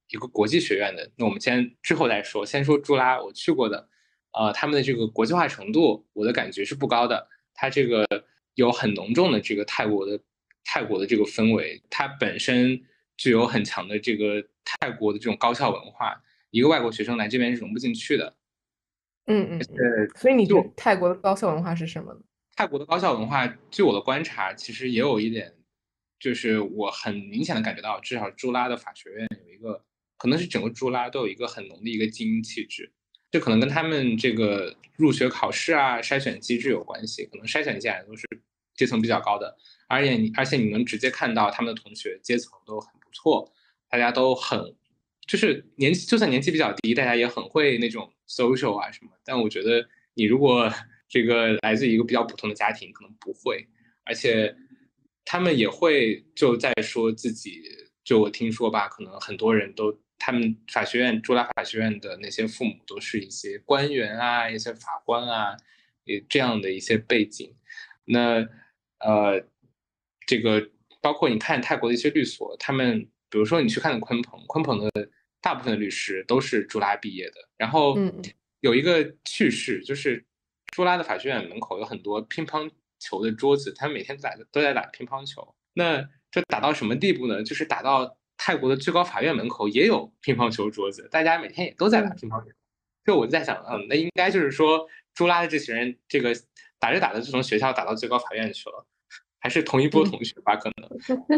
一个国际学院的，那我们先之后再说。先说朱拉，我去过的，他们的这个国际化程度，我的感觉是不高的。它这个有很浓重的这个泰国的这个氛围，它本身具有很强的这个泰国的这种高校文化，一个外国学生来这边是融不进去的。 所以你觉得就泰国的高校文化是什么呢？ 泰国的高校文化，据我的观察，其实也有一点，就是我很明显的感觉到，至少朱拉的法学院有一个，可能是整个朱拉都有一个很浓的一个精英气质，这可能跟他们这个入学考试啊、筛选机制有关系，可能筛选进来都是阶层比较高的，而且你能直接看到他们的同学阶层都很不错，大家都很，就是就算年纪比较低，大家也很会那种 social 啊什么，但我觉得你如果这个来自于一个比较普通的家庭，可能不会，而且他们也会就在说自己，就我听说吧，可能很多人都，他们朱拉法学院的那些父母都是一些官员啊，一些法官啊，这样的一些背景。那这个包括你看泰国的一些律所，他们比如说你去看鲲鹏的大部分的律师都是朱拉毕业的，然后有一个趣事就是。朱拉的法学院门口有很多乒乓球的桌子，他们每天都在打乒乓球。那这打到什么地步呢？就是打到泰国的最高法院门口也有乒乓球桌子，大家每天也都在打乒乓球。就我在想，那应该就是说朱拉的这些人，这个打着打着就从学校打到最高法院去了，还是同一波同学吧？可能。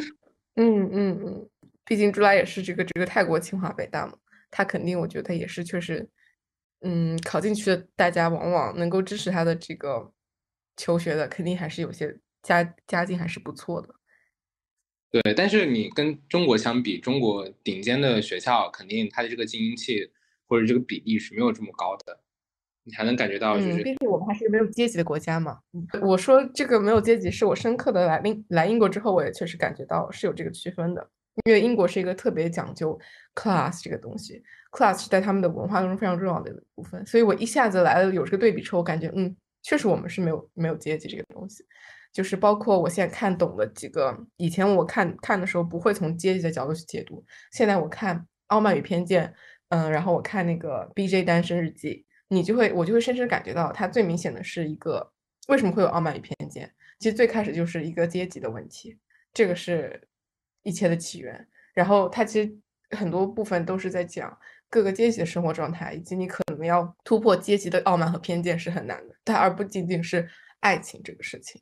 毕竟朱拉也是这个泰国清华北大嘛，他肯定我觉得他也是确实，考进去的大家往往能够支持他的这个求学的，肯定还是有些家境还是不错的。 对，但是你跟中国相比，中国顶尖的学校肯定它的这个精英气或者这个比例是没有这么高的，你还能感觉到就是。 毕竟我们还是一个没有阶级的国家嘛。我说这个没有阶级，是我深刻的来英国之后，我也确实感觉到是有这个区分的。因为英国是一个特别讲究 class 这个东西，class 是在他们的文化中非常重要的一部分。所以我一下子来了有这个对比之后，我感觉确实我们是没有阶级这个东西。就是包括我现在看懂的几个，以前我看的时候不会从阶级的角度去解读，现在我看《傲慢与偏见》，然后我看那个《BJ 单身日记》。我就会深深感觉到，它最明显的是一个为什么会有傲慢与偏见？其实最开始就是一个阶级的问题，这个是一切的起源。然后它其实很多部分都是在讲各个阶级的生活状态，以及你可能要突破阶级的傲慢和偏见是很难的，它而不仅仅是爱情这个事情。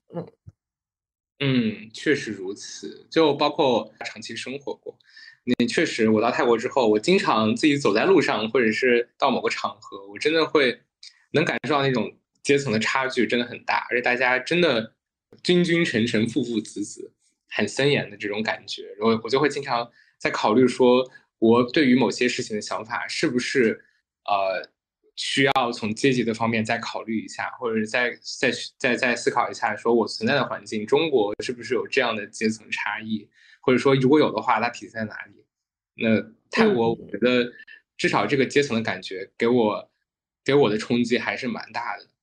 确实如此。就包括长期生活过，你确实，我到泰国之后，我经常自己走在路上，或者是到某个场合，我真的会能感受到那种阶层的差距真的很大，而且大家真的君君臣臣，父父子子，很森严的这种感觉。然后我就会经常在考虑说，我对于某些事情的想法是不是需要从阶级的方面再考虑一下，或者是再思考一下，说我存在的环境，中国是不是有这样的阶层差异，或者说如果有的话，它体现在哪里？那泰国，我觉得至少这个阶层的感觉给我的冲击还是蛮大的。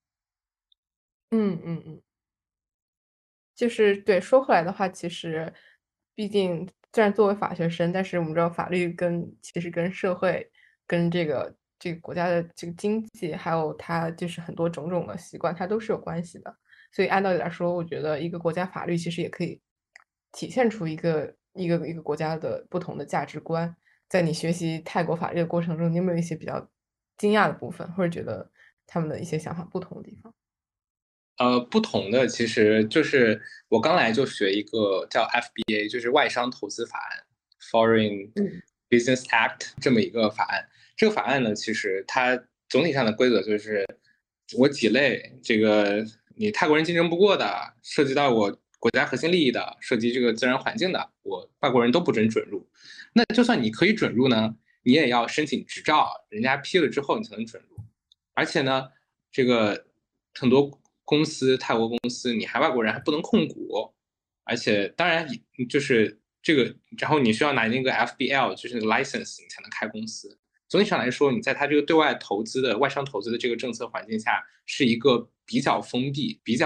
就是对，说回来的话，其实毕竟虽然作为法学生，但是我们知道法律其实跟社会、跟这个国家的这个经济，还有它就是很多种种的习惯，它都是有关系的。所以按道理来说，我觉得一个国家法律其实也可以体现出一个国家的不同的价值观。在你学习泰国法律的过程中，你有没有一些比较惊讶的部分，或者觉得他们的一些想法不同的地方？ 不同的其实就是我刚来就学一个叫 FBA，就是外商投资法案 （Foreign Business Act） 这么一个法案。这个法案呢，其实它总体上的规则就是我几类这个你泰国人竞争不过的，涉及到我国家核心利益的，涉及这个自然环境的，我外国人都不准准入。那就算你可以准入呢，你也要申请执照，人家批了之后你才能准入。而且呢，这个很多泰国公司，你外国人还不能控股，而且当然就是这个，然后你需要拿那个 FBL，就是那个 license，你才能开公司。总体上来说，你在它这个对外投资的外商投资的这个政策环境下，是一个比较封闭、比较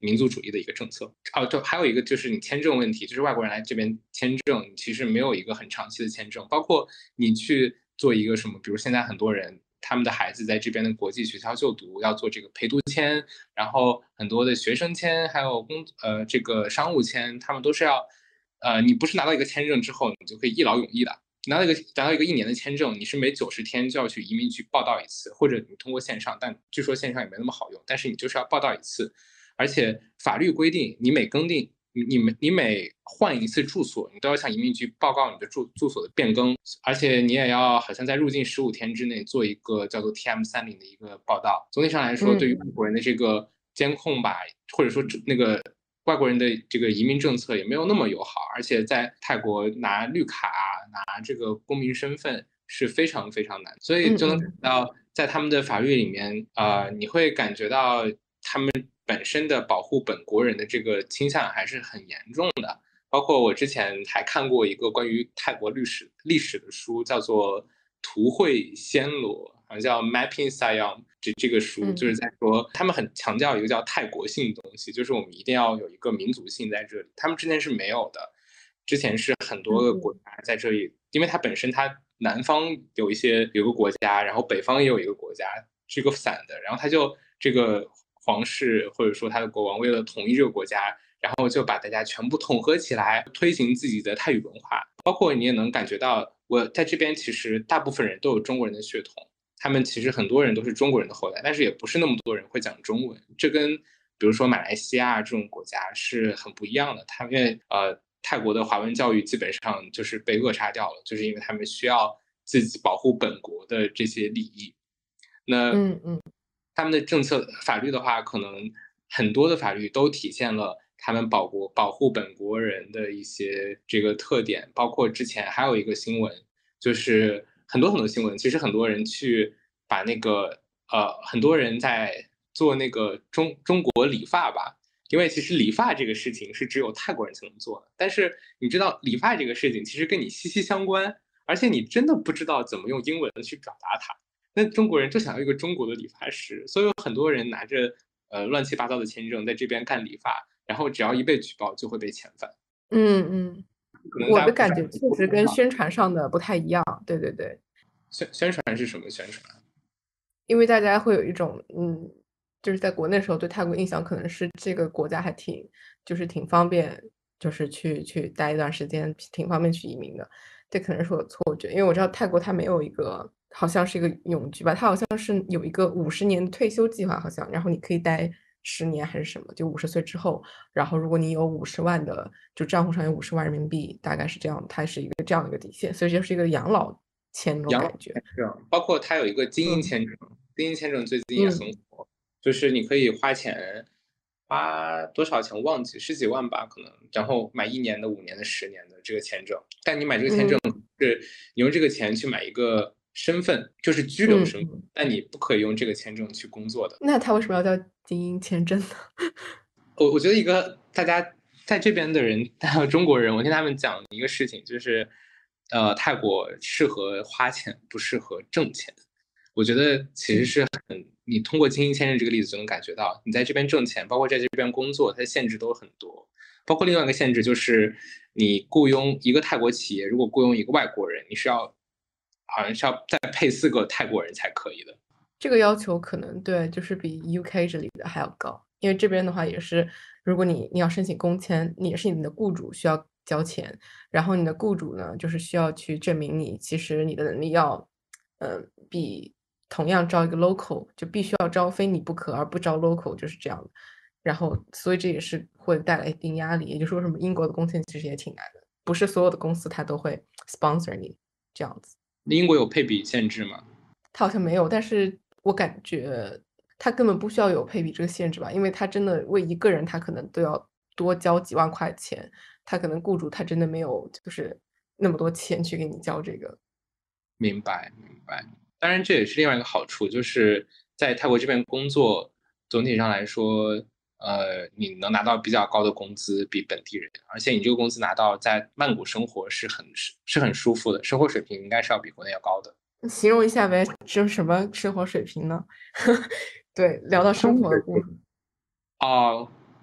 民族主义的一个政策。对，还有一个就是你签证问题，就是外国人来这边签证，你其实没有一个很长期的签证，包括你去做一个什么，比如现在很多人他们的孩子在这边的国际学校就读，要做这个陪读签，然后很多的学生签，还有这个商务签，他们都是要你不是拿到一个签证之后，你就可以一劳永逸的。拿到一个1年的签证，你是每90天就要去移民局报到一次，或者你通过线上，但据说线上也没那么好用，但是你就是要报到一次。而且法律规定，你每换一次住所，你都要向移民局报告你的住所的变更，而且你也要好像在入境15天之内做一个叫做 TM30的一个报道。总体上来说，对于外国人的这个监控吧，或者说那个外国人的这个移民政策也没有那么友好，而且在泰国拿绿卡、拿这个公民身份是非常非常难，所以就能感到在他们的法律里面，你会感觉到他们本身的保护本国人的这个倾向还是很严重的。包括我之前还看过一个关于泰国历史的书，叫做《图绘暹罗》，好像叫 Mapping Siam。这个书就是在说，他们很强调一个叫泰国性的东西，就是我们一定要有一个民族性在这里，他们之前是没有的。之前是很多个国家在这里，因为它本身它南方有个国家，然后北方也有一个国家，是一个散的，然后他就这个皇室或者说他的国王为了统一这个国家，然后就把大家全部统合起来，推行自己的泰语文化。包括你也能感觉到，我在这边其实大部分人都有中国人的血统，他们其实很多人都是中国人的后代，但是也不是那么多人会讲中文。这跟比如说马来西亚这种国家是很不一样的。他们泰国的华文教育基本上就是被扼杀掉了，就是因为他们需要自己保护本国的这些利益。那他们的政策法律的话，可能很多的法律都体现了他们保护本国人的一些这个特点。包括之前还有一个新闻，就是很多新闻，其实很多人去把那个很多人在做那个中国理发吧。因为其实理发这个事情是只有泰国人才能做的，但是你知道理发这个事情其实跟你息息相关，而且你真的不知道怎么用英文去表达它。那中国人就想要一个中国的理发师，所以有很多人拿着乱七八糟的签证在这边干理发，然然后只要一被举报就会被遣返。 我的感觉确实跟宣传上的不太一样。对对对， 宣传是什么宣传？ 因为大家会有一种就是在国内的时候对泰国印象可能是这个国家还挺方便，就是去待一段时间，挺方便去移民的。这可能是我的错觉，因为我知道泰国它没有一个好像是一个永居吧，它好像是有一个50年的退休计划，好像，然后你可以待10年还是什么，就50岁之后，然后如果你有50万的，就账户上有50万人民币，大概是这样，它是一个这样的一个底线，所以就是一个养老签那种感觉。 包括它有一个精英签证，精英签证最近也很火，就是你可以花多少钱忘记10几万吧，可能，然后买1年的、5年的、10年的这个签证。但你买这个签证是你用这个钱去买一个身份，就是居留身份，但你不可以用这个签证去工作的。 那他为什么要叫精英签证呢？ 我觉得大家在这边的人，还有中国人，我听他们讲一个事情，就是泰国适合花钱，不适合挣钱。我觉得其实是你通过精英签证这个例子就能感觉到，你在这边挣钱，包括在这边工作，它的限制都很多。包括另外一个限制就是，你雇佣一个泰国企业，如果雇佣一个外国人，你好像是要再配4个泰国人才可以的。 这个要求可能对，就是比 UK 这里的还要高，因为这边的话也是，如果你要申请工签，你也是你的雇主需要交钱，然后你的雇主呢，就是需要去证明你其实你的能力要，比同样招一个 local 就必须要招非你不可，而不招 local 就是这样的。然后，所以这也是会带来一定压力。也就是说，什么英国的工签其实也挺难的，不是所有的公司它都会 sponsor 你这样子。 英国有配比限制吗？ 它好像没有，但是我感觉他根本不需要有配比这个限制吧，因为他真的为一个人，他可能都要多交几万块钱，他可能雇主他真的没有就是那么多钱去给你交这个。 明白。当然这也是另外一个好处，就是在泰国这边工作，总体上来说，你能拿到比较高的工资，比本地人，而且你这个工资拿到在曼谷生活是很舒服的，生活水平应该是要比国内要高的。 形容一下呗，这什么生活水平呢？对，聊到生活的故事。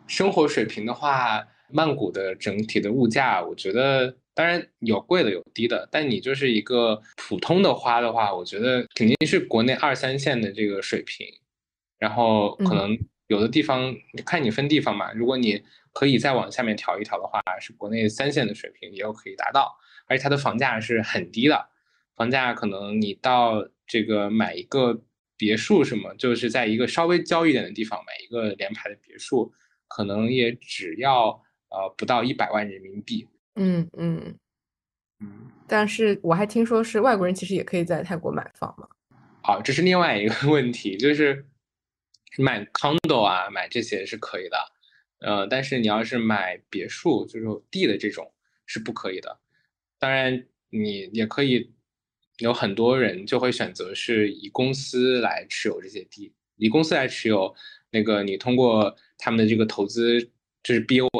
生活水平的话，曼谷的整体的物价，我觉得当然有贵的有低的，但你就是一个普通的花的话，我觉得肯定是国内二三线的这个水平。然后可嗯能有的地方看你分地方嘛，如果你可以再往下面调一调的话，是国内三线的水平也有可以达到，而且它的房价是很低的，房价可能你到这个买一个别墅什么，就是在一个稍微郊一点的地方买一个联排的别墅，可能也只要不到100万人民币。 嗯嗯。 嗯， 但是我还听说是外国人其实也可以在泰国买房嘛。 好，这是另外一个问题，就是买 condo 啊，买这些是可以的，但是你要是买别墅，就是有地的这种是不可以的。当然，你也可以，有很多人就会选择是以公司来持有这些地，以公司来持有，那个你通过他们的这个投资，就是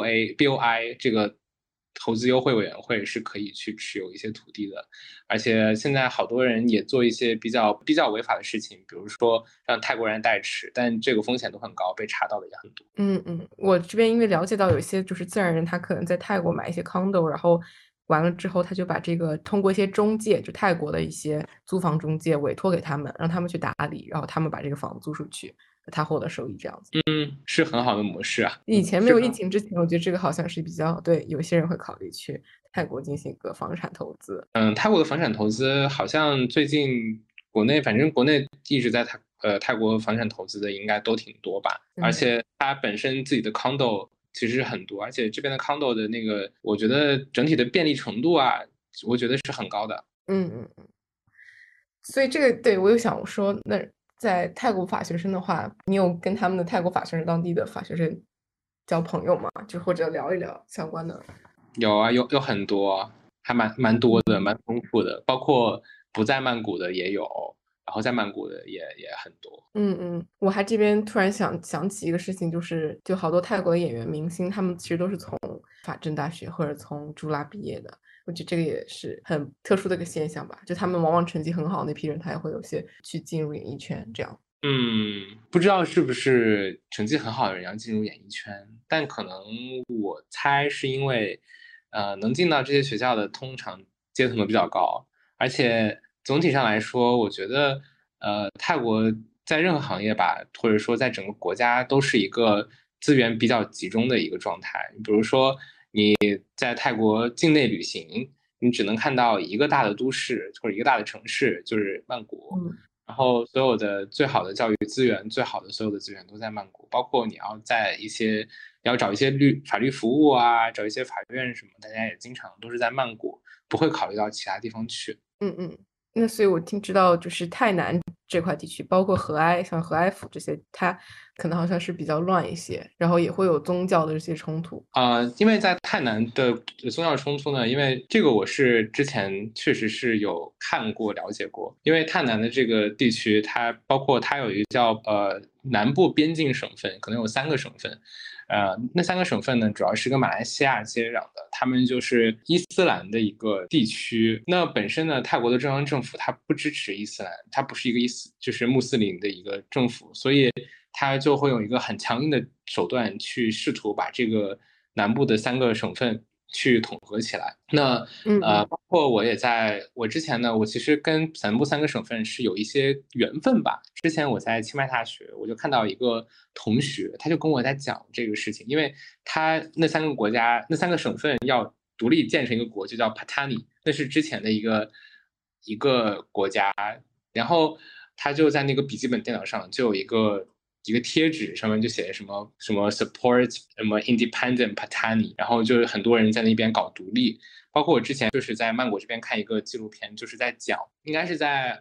BOI 这个投资优惠委员会是可以去持有一些土地的。而且现在好多人也做一些比较违法的事情，比如说让泰国人代持，但这个风险都很高，被查到的也很多。 嗯嗯，我这边因为了解到有一些就是自然人，他可能在泰国买一些 condo，然后完了之后，他就把这个通过一些中介，就泰国的一些租房中介委托给他们，让他们去打理，然后他们把这个房子租出去，他获得收益这样子。 嗯，是很好的模式啊。 以前没有疫是的。 情之前，我觉得这个好像是比较对，有些人会考虑去泰国进行一个房产投资。 泰国的房产投资好像最近国内，反正国内一直在泰国房产投资的应该都挺多吧，而嗯且它本身自己的 condo 其实很多，而且这边的 condo 的那个，我觉得整体的便利程度啊，我觉得是很高的。 嗯嗯。所以这个对我有想说，那在泰国法学生的话，你有跟他们的泰国法学生、当地的法学生交朋友吗？就或者聊一聊相关的。 有啊，有很多，还蛮多的，蛮丰富的，包括不在曼谷的也有，然后在曼谷的也很多。 嗯嗯，我还这边突然想起一个事情，就好多泰国的演员明星，他们其实都是从法政大学或者从朱拉毕业的。我觉得这个也是很特殊的一个现象吧，就他们往往成绩很好那批人，他也会有些去进入演艺圈这样。 不知道是不是成绩很好的人要进入演艺圈，但可能我猜是因为，能进到这些学校的通常阶层都比较高，而且总体上来说，我觉得，泰国在任何行业吧，或者说在整个国家都是一个资源比较集中的一个状态。比如说你在泰国境内旅行，你只能看到一个大的都市或者一个大的城市，就是曼谷。 嗯然后所有的最好的教育资源，最好的所有的资源都在曼谷，包括你要在一些要找一些法律服务啊，找一些法院什么，大家也经常都是在曼谷，不会考虑到其他地方去。 嗯嗯。那所以我知道，就是泰南这块地区，包括和埃，像和埃府这些，它可能好像是比较乱一些，然后也会有宗教的这些冲突。 因为在泰南的宗教冲突呢，因为这个我是之前确实是有看过了解过，因为泰南的这个地区，它包括它有一个叫南部边境省份，可能有3个省份，那3个省份呢，主要是跟马来西亚接壤的，他们就是伊斯兰的一个地区。那本身呢，泰国的中央政府它不支持伊斯兰，它不是一个就是穆斯林的一个政府，所以它就会用一个很强硬的手段去试图把这个南部的3个省份去统合起来。那嗯嗯包括我之前呢，我其实跟南部3个省份是有一些缘分吧。之前我在清迈大学，我就看到一个同学，他就跟我在讲这个事情，因为他那3个省份要独立建成一个国，就叫 Patani，那是之前的一个国家。然后他就在那个笔记本电脑上就有一个贴纸，上面就写什么什么 support 什么 independent Patani，然后就是很多人在那边搞独立。包括我之前就是在曼谷这边看一个纪录片，就是在讲，应该是在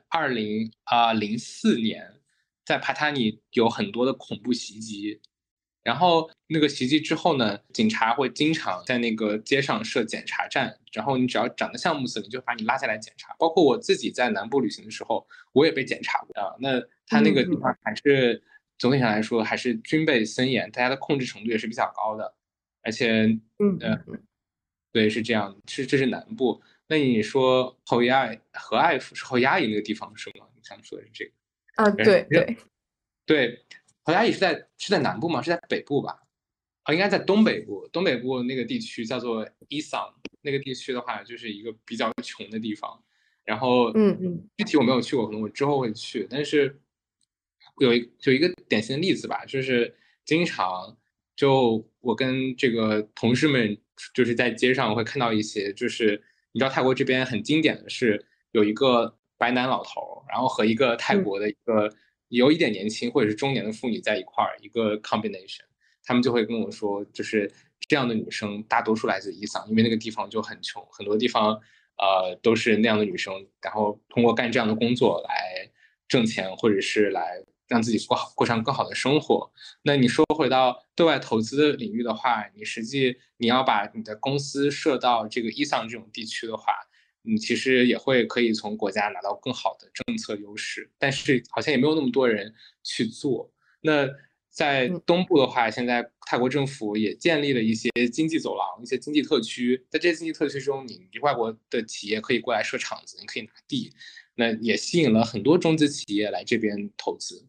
2004年，在帕塔尼有很多的恐怖袭击，然后那个袭击之后呢，警察会经常在那个街上设检查站，然后你只要长得像穆斯林，就把你拉下来检查。包括我自己在南部旅行的时候，我也被检查过啊。那他那个地嗯方还是总体上来说还是军备森严，大家的控制程度也是比较高的，而且呃， 嗯嗯。 对，是这样，这是南部。那你说和爱府是后亚裔那个地方是吗？你想说的是这个？ 啊，对对。 对，侯牙屿是在南部吗？是在北部吧？ 应该在东北部，东北部那个地区叫做伊桑，那个地区的话就是一个比较穷的地方。然后具体我没有去过，可能我之后会去。但是有一个典型的例子吧，就是经常就我跟这个同事们就是在街上会看到一些，就是你知道泰国这边很经典的是有一个白男老头，然后和一个泰国的一个有一点年轻或者是中年的妇女在一块儿，一个 combination。他们就会跟我说，就是这样的女生大多数来自伊桑，因为那个地方就很穷，很多地方都是那样的女生，然后通过干这样的工作来挣钱，或者是来让自己过上更好的生活。那你说回到对外投资的领域的话，你实际你要把你的公司设到这个伊桑这种地区的话，你其实也会可以从国家拿到更好的政策优势，但是好像也没有那么多人去做。那在东部的话，现在泰国政府也建立了一些经济走廊、一些经济特区。在这些经济特区中，你外国的企业可以过来设厂子，你可以拿地，那也吸引了很多中资企业来这边投资。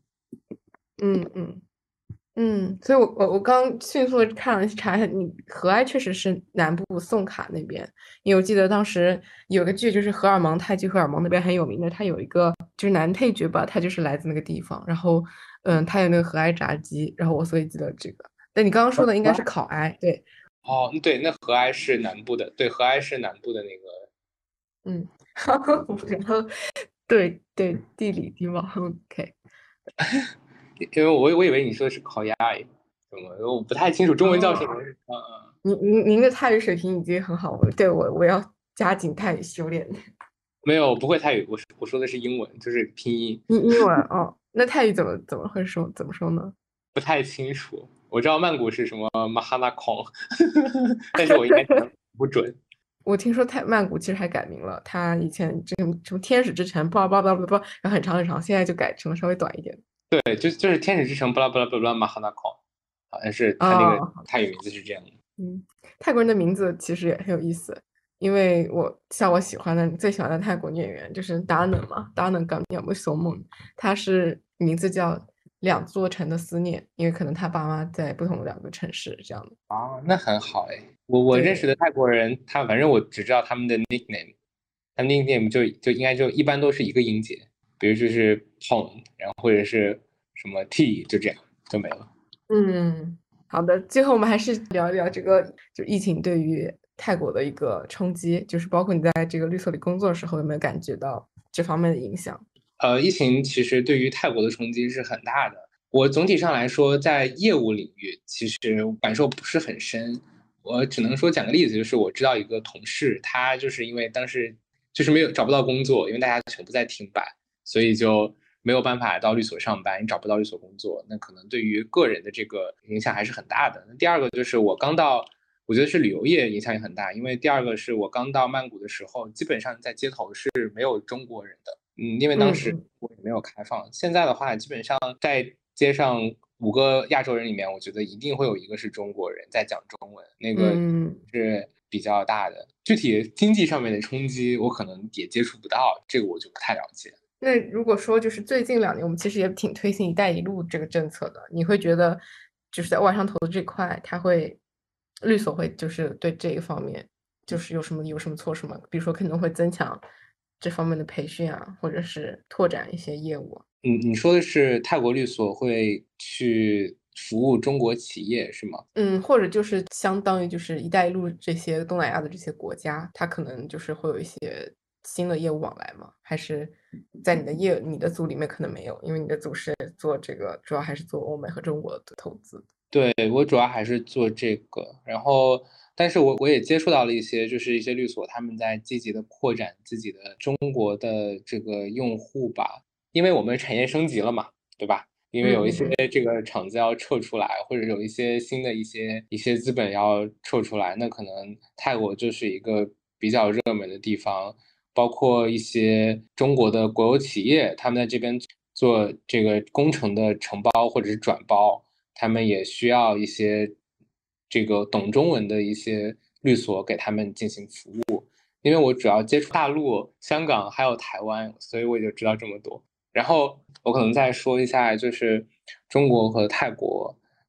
所以我刚迅速的看了查一下，你和埃确实是南部宋卡那边，因为我记得当时有个剧就是荷尔蒙泰剧，荷尔蒙那边很有名的，他有一个就是男配角吧，他就是来自那个地方，然后他有那个和埃炸鸡，然后我所以记得这个。但你刚刚说的应该是考埃，对。 哦，对，那和埃是南部的，对，和埃是南部的那个。 然后对对，地理地貌 OK。 因为我以为你说的是烤鸭，什么，我不太清楚中文叫什么。 您的泰语水平已经很好了，对我要加紧泰语修炼。 没有，不会泰语，我说的是英文，就是拼音。 英文哦，那泰语怎么会说？怎么说呢？ 不太清楚，我知道曼谷是什么马哈纳孔，但是我应该讲不准。 我听说曼谷其实还改名了，它以前这个什么天使之城，叭叭叭叭叭，然后很长很长，现在就改成了稍微短一点。 对，就是天使之城，巴拉巴拉巴拉马哈纳孔，好像是他那个泰语名字是这样的。 泰国人的名字其实也很有意思，因为像我最喜欢的泰国演员就是达能嘛，达能刚要不索梦，他是名字叫两座城的思念，因为可能他爸妈在不同的两个城市这样的。 那很好哎。我认识的泰国人，反正我只知道他们的 nickname， 他们 nickname 就应该就一般都是一个音节，比如就是 Pong， 然后或者是什么 T， 就这样就没了。 好的，最后我们还是聊一聊这个，就疫情对于泰国的一个冲击，就是包括你在这个律所里工作的时候，有没有感觉到这方面的影响？ 疫情其实对于泰国的冲击是很大的。我总体上来说，在业务领域其实感受不是很深。我只能说讲个例子，就是我知道一个同事，他就是因为当时就是找不到工作，因为大家全部在停摆，所以就没有办法到律所上班，你找不到律所工作，那可能对于个人的这个影响还是很大的。那第二个就是我刚到，我觉得是旅游业影响也很大，因为第二个是我刚到曼谷的时候，基本上在街头是没有中国人的。因为当时我也没有开放。现在的话，基本上在街上5个亚洲人里面，我觉得一定会有一个是中国人在讲中文，那个是比较大的。具体经济上面的冲击，我可能也接触不到，这个我就不太了解。 那如果说就是最近2年，我们其实也挺推行“一带一路”这个政策的，你会觉得就是在外商投资这块，律所会就是对这一方面就是有什么措施吗？比如说可能会增强这方面的培训啊，或者是拓展一些业务。 你说的是泰国律所会去服务中国企业是吗？ 或者就是相当于就是“一带一路”这些东南亚的这些国家，它可能就是会有一些新的业务往来吗？还是在你的组里面可能没有，因为你的组是做这个，主要还是做欧美和中国的投资。 对，我主要还是做这个，然后，但是我也接触到了一些，就是一些律所他们在积极的扩展自己的中国的这个用户吧，因为我们产业升级了嘛，对吧？因为有一些这个厂子要撤出来，或者有一些新的一些资本要撤出来，那可能泰国就是一个比较热门的地方，包括一些中国的国有企业，他们在这边做这个工程的承包或者是转包。他们也需要一些这个懂中文的一些律所给他们进行服务，因为我主要接触大陆、香港还有台湾，所以我就知道这么多。然后我可能再说一下，就是中国和泰国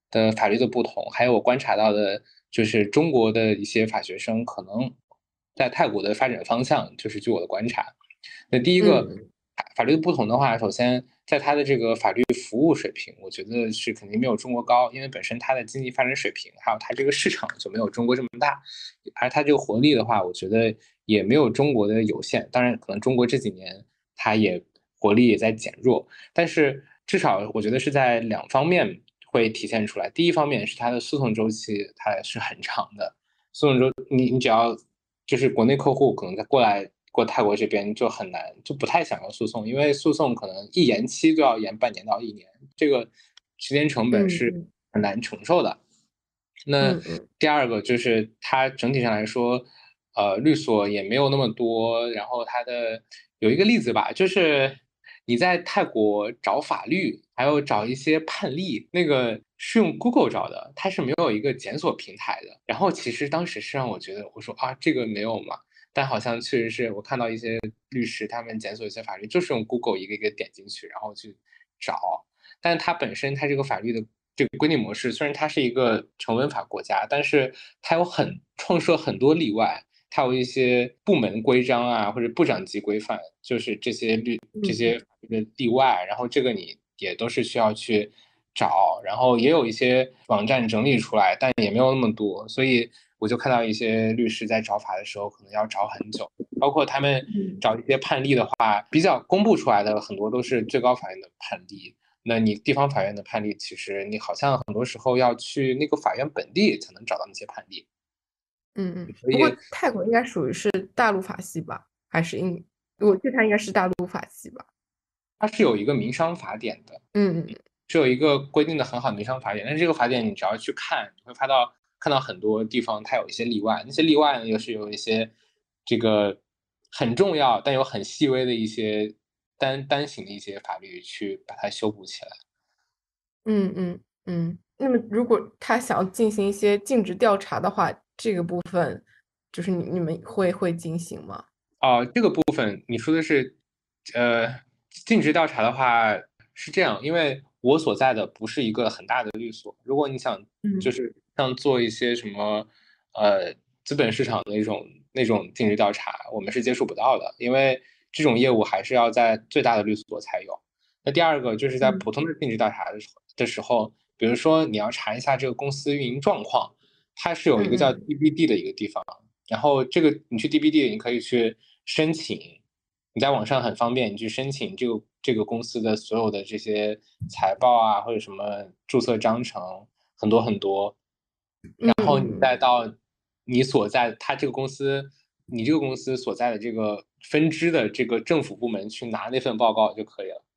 的法律的不同，还有我观察到的就是中国的一些法学生可能在泰国的发展方向，就是据我的观察。那第一个法律的不同的话，首先在它的这个法律服务水平，我觉得是肯定没有中国高，因为本身它的经济发展水平，还有它这个市场就没有中国这么大，而它这个活力的话，我觉得也没有中国的有限。当然，可能中国这几年它也活力也在减弱，但是至少我觉得是在两方面会体现出来。第一方面是它的诉讼周期，它是很长的，诉讼周你只要就是国内客户可能在过泰国这边就很难，就不太想要诉讼，因为诉讼可能一延期都要延半年到一年，这个时间成本是很难承受的。那第二个就是它整体上来说，律所也没有那么多，然后它的有一个例子吧，就是你在泰国找法律，还有找一些判例，那个是用 Google 找的，它是没有一个检索平台的。然后其实当时是让我觉得，我说啊，这个没有嘛，但好像确实是我看到一些律师他们检索一些法律，就是用 Google 一个一个点进去，然后去找。但它本身它这个法律的这个规定模式，虽然它是一个成文法国家，但是它创设很多例外，它有一些部门规章啊，或者部长级规范，就是这些法律的例外，然后这个你也都是需要去找，然后也有一些网站整理出来，但也没有那么多，所以我就看到一些律师在找法的时候，可能要找很久，包括他们找一些判例的话，比较公布出来的很多都是最高法院的判例。那你地方法院的判例，其实你好像很多时候要去那个法院本地才能找到那些判例。 不过泰国应该属于是大陆法系吧？还是我记得它应该是大陆法系吧？ 它是有一个民商法典的，是有一个规定的很好的民商法典。但是这个法典你只要去看，你会看到很多地方它有一些例外，那些例外呢又是有一些这个很重要但又很细微的一些单行的一些法律去把它修补起来。 那么如果他想要进行一些尽职调查的话，这个部分就是你们会进行吗？ 这个部分你说的是，尽职调查的话是这样，因为我所在的不是一个很大的律所，如果你想就是像做一些什么资本市场的那种尽职调查，我们是接触不到的，因为这种业务还是要在最大的律所才有。那第二个就是在普通的尽职调查的时候，比如说你要查一下这个公司运营状况，它是有一个叫 DBD 的一个地方。然后这个你去 DBD，你可以去申请，你在网上很方便，你去申请这个公司的所有的这些财报啊，或者什么注册章程，很多很多。然后你再到你所在他这个公司，你这个公司所在的这个分支的这个政府部门去拿那份报告就可以了。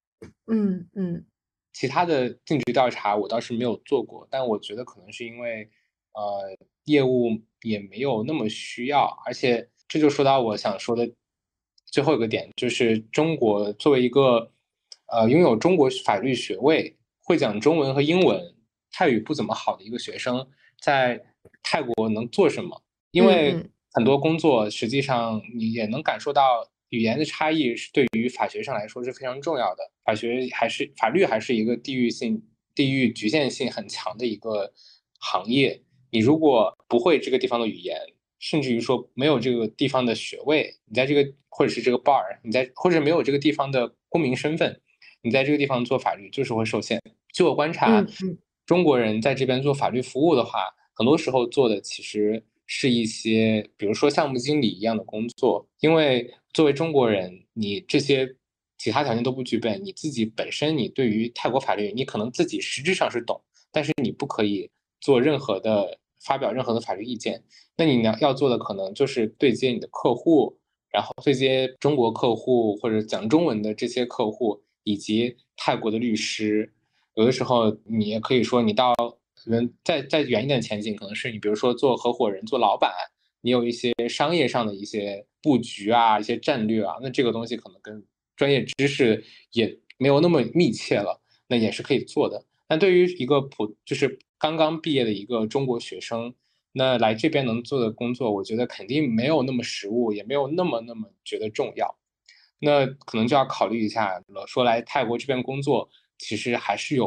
其他的尽职调查我倒是没有做过，但我觉得可能是因为业务也没有那么需要，而且这就说到我想说的最后一个点，就是中国作为一个拥有中国法律学位、会讲中文和英文、泰语不怎么好的一个学生，在泰国能做什么？因为很多工作实际上你也能感受到语言的差异是对于法学生来说是非常重要的。法律还是一个地域局限性很强的一个行业。你如果不会这个地方的语言，甚至于说没有这个地方的学位，你在这个或者是这个 bar，或者没有这个地方的公民身份，你在这个地方做法律就是会受限。据我观察，中国人在这边做法律服务的话，很多时候做的其实是一些，比如说项目经理一样的工作，因为作为中国人，你这些其他条件都不具备，你自己本身你对于泰国法律，你可能自己实质上是懂，但是你不可以发表任何的法律意见。那你呢要做的可能就是对接你的客户，然后对接中国客户或者讲中文的这些客户，以及泰国的律师。有的时候你也可以说，你到再远一点的前景，可能是你比如说做合伙人、做老板，你有一些商业上的一些布局啊、一些战略啊，那这个东西可能跟专业知识也没有那么密切了，那也是可以做的。但对于一个就是刚刚毕业的一个中国学生，那来这边能做的工作，我觉得肯定没有那么实务，也没有那么觉得重要。那可能就要考虑一下了，说来泰国这边工作，其实还是有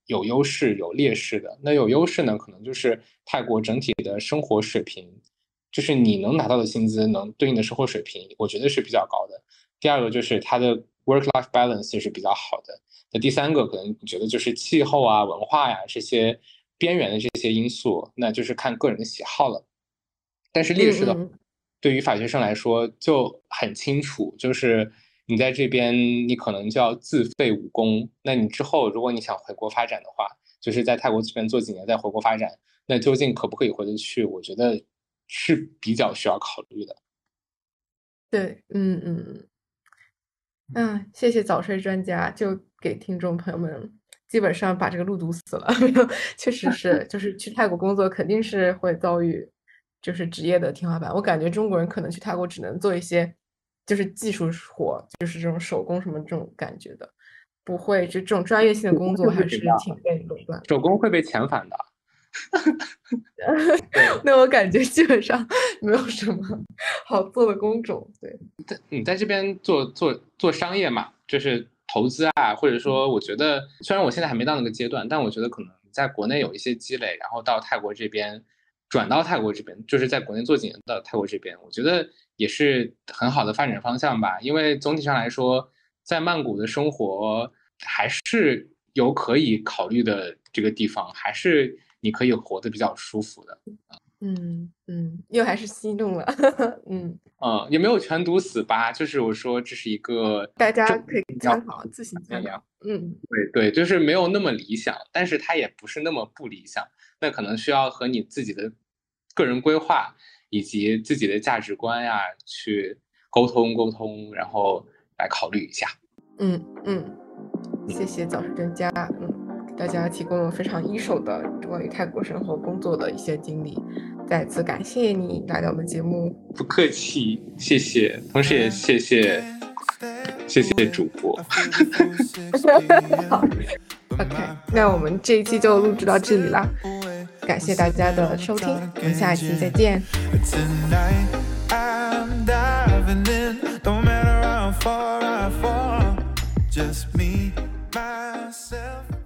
有优势有劣势的。那有优势呢，可能就是泰国整体的生活水平，就是你能拿到的薪资能对应的生活水平，我觉得是比较高的。第二个就是它的 work-life balance 也是比较好的。那第三个可能你觉得就是气候啊、文化呀这些边缘的这些因素，那就是看个人的喜好了。但是劣势的，对于法学生来说就很清楚，就是你在这边你可能就要自废武功，那你之后如果你想回国发展的话，就是在泰国这边做几年再回国发展，那究竟可不可以回得去，我觉得是比较需要考虑的。 对，谢谢早睡专家，就给听众朋友们基本上把这个路堵死了。确实是，就是去泰国工作肯定是会遭遇就是职业的天花板。我感觉中国人可能去泰国只能做一些就是技术活，就是这种手工什么这种感觉的，不会就这种专业性的工作还是挺被垄断的。 手工会被遣返的。 那我感觉基本上没有什么好做的工种。对， 你在这边做商业嘛，就是投资啊，或者说我觉得虽然我现在还没到那个阶段，但我觉得可能在国内有一些积累，然后到泰国这边转到泰国这边，就是在国内做几年到泰国这边，我觉得也是很好的发展方向吧。因为总体上来说，在曼谷的生活还是有可以考虑的这个地方，还是你可以活得比较舒服的。 又还是心动了。 也没有全堵死吧，就是我说这是一个大家可以参考，自行参考。 对，就是没有那么理想，但是它也不是那么不理想，那可能需要和你自己的个人规划以及自己的价值观呀去沟通，然后来考虑一下。 谢谢早睡专家，给大家提供了非常一手的关于泰国生活工作的一些经历，再次感谢你来到我们节目。 不客气，谢谢，同时也谢谢主播。 好 ，OK， 那我们这一期就录制到这里啦，感谢大家的收听，我们下一期再见。Just me, myself